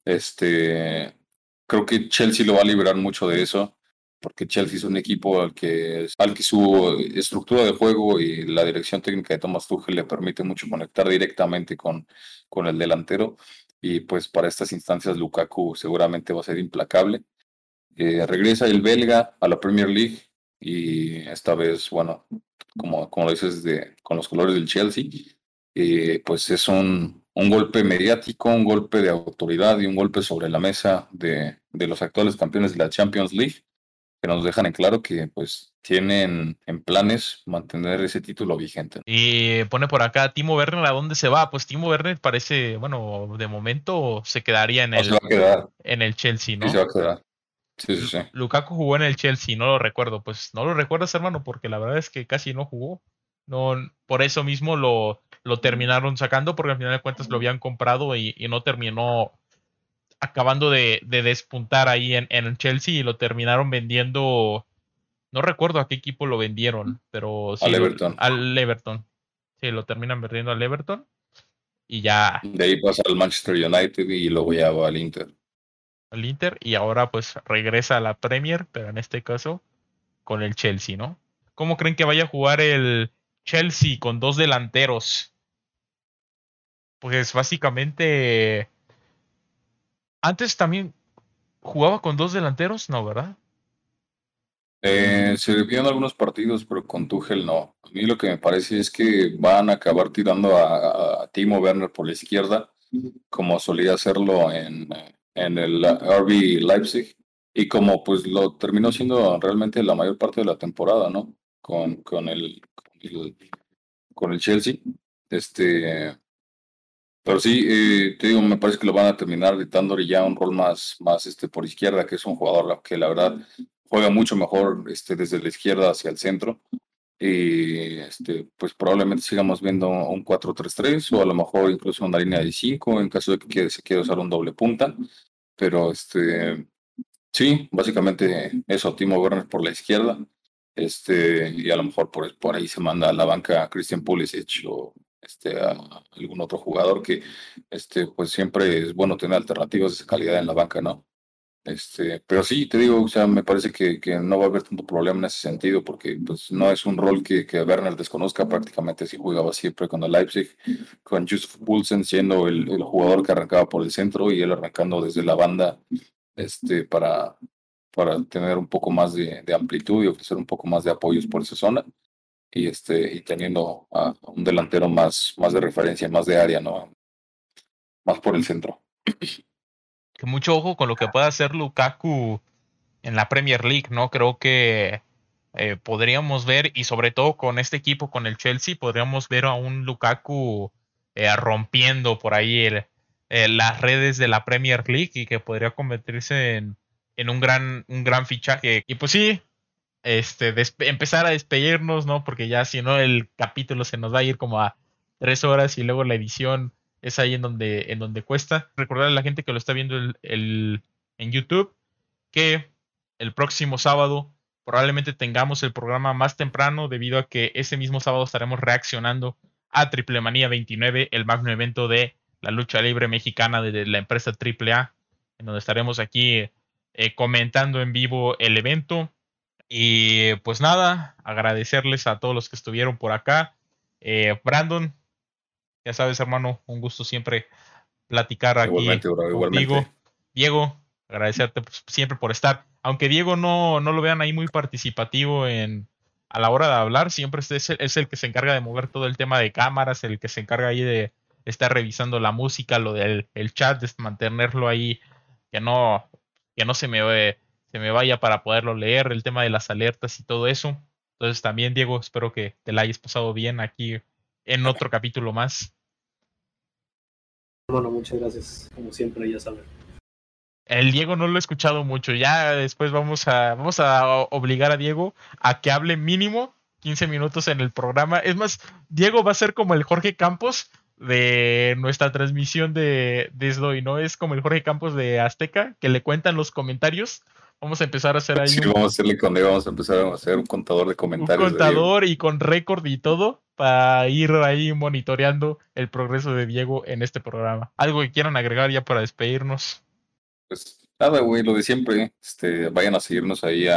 creo que Chelsea lo va a liberar mucho de eso porque Chelsea es un equipo al que su estructura de juego y la dirección técnica de Thomas Tuchel le permite mucho conectar directamente con el delantero. Y pues para estas instancias Lukaku seguramente va a ser implacable. Regresa el belga a la Premier League. y esta vez, bueno, como lo dices, con los colores del Chelsea, pues es un golpe mediático, un golpe de autoridad y un golpe sobre la mesa de los actuales campeones de la Champions League, que nos dejan en claro que pues tienen en planes mantener ese título vigente. Y pone por acá Timo Werner, ¿a dónde se va? Pues Timo Werner parece, bueno, de momento se quedaría No se va a quedar, en el Chelsea, sí se ¿no? va a quedar. Sí, sí, sí. Lukaku jugó en el Chelsea, no lo recuerdo. Pues no lo recuerdas, hermano, porque la verdad es que casi no jugó. No, por eso mismo lo terminaron sacando, porque al final de cuentas lo habían comprado y no terminó acabando de despuntar ahí en el Chelsea y lo terminaron vendiendo. No recuerdo a qué equipo lo vendieron, pero sí, Al Everton. al Everton. Sí, lo terminan vendiendo al Everton y ya De ahí pasa al Manchester United y luego ya va al Inter. al Inter y ahora pues regresa a la Premier, pero en este caso con el Chelsea, ¿no? ¿Cómo creen que vaya a jugar el Chelsea con dos delanteros? Pues básicamente antes también jugaba con dos delanteros, ¿no, verdad? Se vieron algunos partidos, pero con Tuchel no. A mí lo que me parece es que van a acabar tirando a Timo Werner por la izquierda, como solía hacerlo en el RB Leipzig, y como pues lo terminó siendo realmente la mayor parte de la temporada, ¿no? Con el Chelsea. Este, pero sí, te digo, me parece que lo van a terminar dándole ya un rol más por izquierda, que es un jugador que la verdad juega mucho mejor desde la izquierda hacia el centro. Y pues probablemente sigamos viendo un 4-3-3 o a lo mejor incluso una línea de 5 en caso de que se quiera usar un doble punta. Pero sí, básicamente eso, Timo Werner por la izquierda. Y a lo mejor por ahí se manda a la banca a Christian Pulisic o a algún otro jugador que pues siempre es bueno tener alternativas de esa calidad en la banca, ¿no? Pero sí, te digo, o sea, me parece que no va a haber tanto problema en ese sentido, porque pues no es un rol que Werner desconozca, prácticamente sí jugaba siempre con el Leipzig, con Yusuf Poulsen siendo el jugador que arrancaba por el centro y él arrancando desde la banda, este, para, para tener un poco más de amplitud y ofrecer un poco más de apoyos por esa zona, y teniendo a un delantero más de referencia, más de área, ¿no? Más por el centro. Que mucho ojo con lo que pueda hacer Lukaku en la Premier League, ¿no? Creo que podríamos ver, y sobre todo con este equipo, con el Chelsea, podríamos ver a un Lukaku rompiendo por ahí las redes de la Premier League y que podría convertirse en un gran fichaje. Y pues sí, empezar a despedirnos, ¿no? Porque ya si no el capítulo se nos va a ir como a 3 horas y luego la edición es ahí en donde cuesta. Recordar a la gente que lo está viendo en YouTube que el próximo sábado probablemente tengamos el programa más temprano debido a que ese mismo sábado estaremos reaccionando a Triple Manía 29, el magno evento de la lucha libre mexicana de la empresa AAA, en donde estaremos aquí comentando en vivo el evento. Y pues nada, agradecerles a todos los que estuvieron por acá. Brandon, ya sabes, hermano, un gusto siempre platicar aquí Igualmente, bro, contigo. igualmente. Diego, agradecerte pues, siempre por estar. Aunque Diego no lo vean ahí muy participativo a la hora de hablar, siempre es el que se encarga de mover todo el tema de cámaras, el que se encarga ahí de estar revisando la música, lo del el chat, de mantenerlo ahí, que no, que no se me vaya para poderlo leer, el tema de las alertas y todo eso. Entonces también, Diego, espero que te la hayas pasado bien aquí en otro capítulo más. Bueno, muchas gracias, como siempre, ya saben. El Diego no lo he escuchado mucho. Ya después vamos a obligar a Diego a que hable mínimo 15 minutos en el programa. Es más, Diego va a ser como el Jorge Campos de nuestra transmisión de Sdoy, ¿no? Es como el Jorge Campos de Azteca, que le cuentan los comentarios. Vamos a empezar a hacer ahí Sí, vamos a hacerle con él, vamos a empezar a hacer un contador de un comentarios de Diego. contador y con récord y todo para ir ahí monitoreando el progreso de Diego en este programa. ¿Algo que quieran agregar ya para despedirnos? Pues nada, güey, lo de siempre, vayan a seguirnos ahí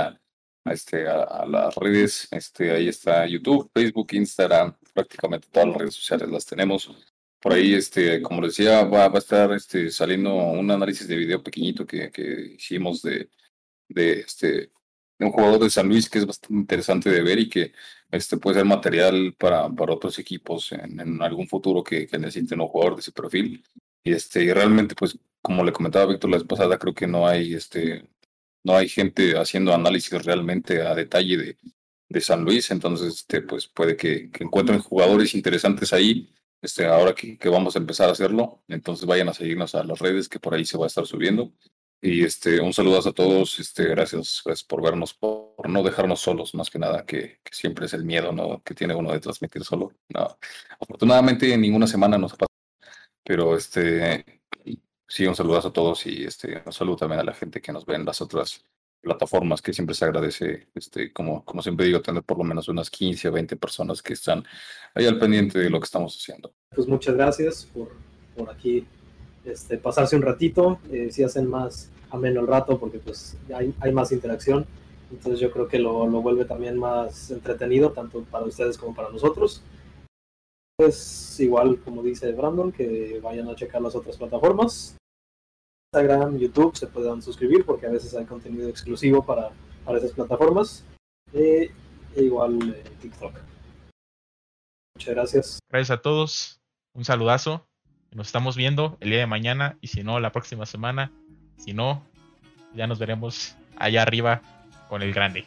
a las redes, ahí está YouTube, Facebook, Instagram, prácticamente todas las redes sociales las tenemos. Por ahí, como les decía, va a estar saliendo un análisis de video pequeñito que hicimos de un jugador de San Luis que es bastante interesante de ver y que puede ser material para otros equipos en algún futuro que necesiten un jugador de ese perfil. Y realmente, pues, como le comentaba Víctor la vez pasada, creo que no hay gente haciendo análisis realmente a detalle de San Luis, entonces pues puede que encuentren jugadores interesantes ahí, ahora que vamos a empezar a hacerlo, entonces vayan a seguirnos a las redes que por ahí se va a estar subiendo. Y un saludazo a todos, gracias por vernos, por no dejarnos solos, más que nada, que siempre es el miedo, ¿no? Que tiene uno de transmitir solo. No, afortunadamente ninguna semana nos ha pasado, pero sí, un saludazo a todos y un saludo también a la gente que nos ve en las otras plataformas, que siempre se agradece, como siempre digo, tener por lo menos unas 15 o 20 personas que están ahí al pendiente de lo que estamos haciendo. Pues muchas gracias por aquí pasarse un ratito, si hacen más ameno el rato porque pues hay más interacción, entonces yo creo que lo vuelve también más entretenido tanto para ustedes como para nosotros. Pues igual como dice Brandon, que vayan a checar las otras plataformas, Instagram, YouTube, se puedan suscribir porque a veces hay contenido exclusivo para esas plataformas, e igual TikTok. Muchas gracias. Gracias a todos, un saludazo. Nos estamos viendo el día de mañana y si no, la próxima semana. Si no, ya nos veremos allá arriba con el grande.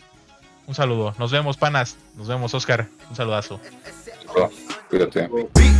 Un saludo. Nos vemos, panas. Nos vemos, Oscar. Un saludazo. Cuídate.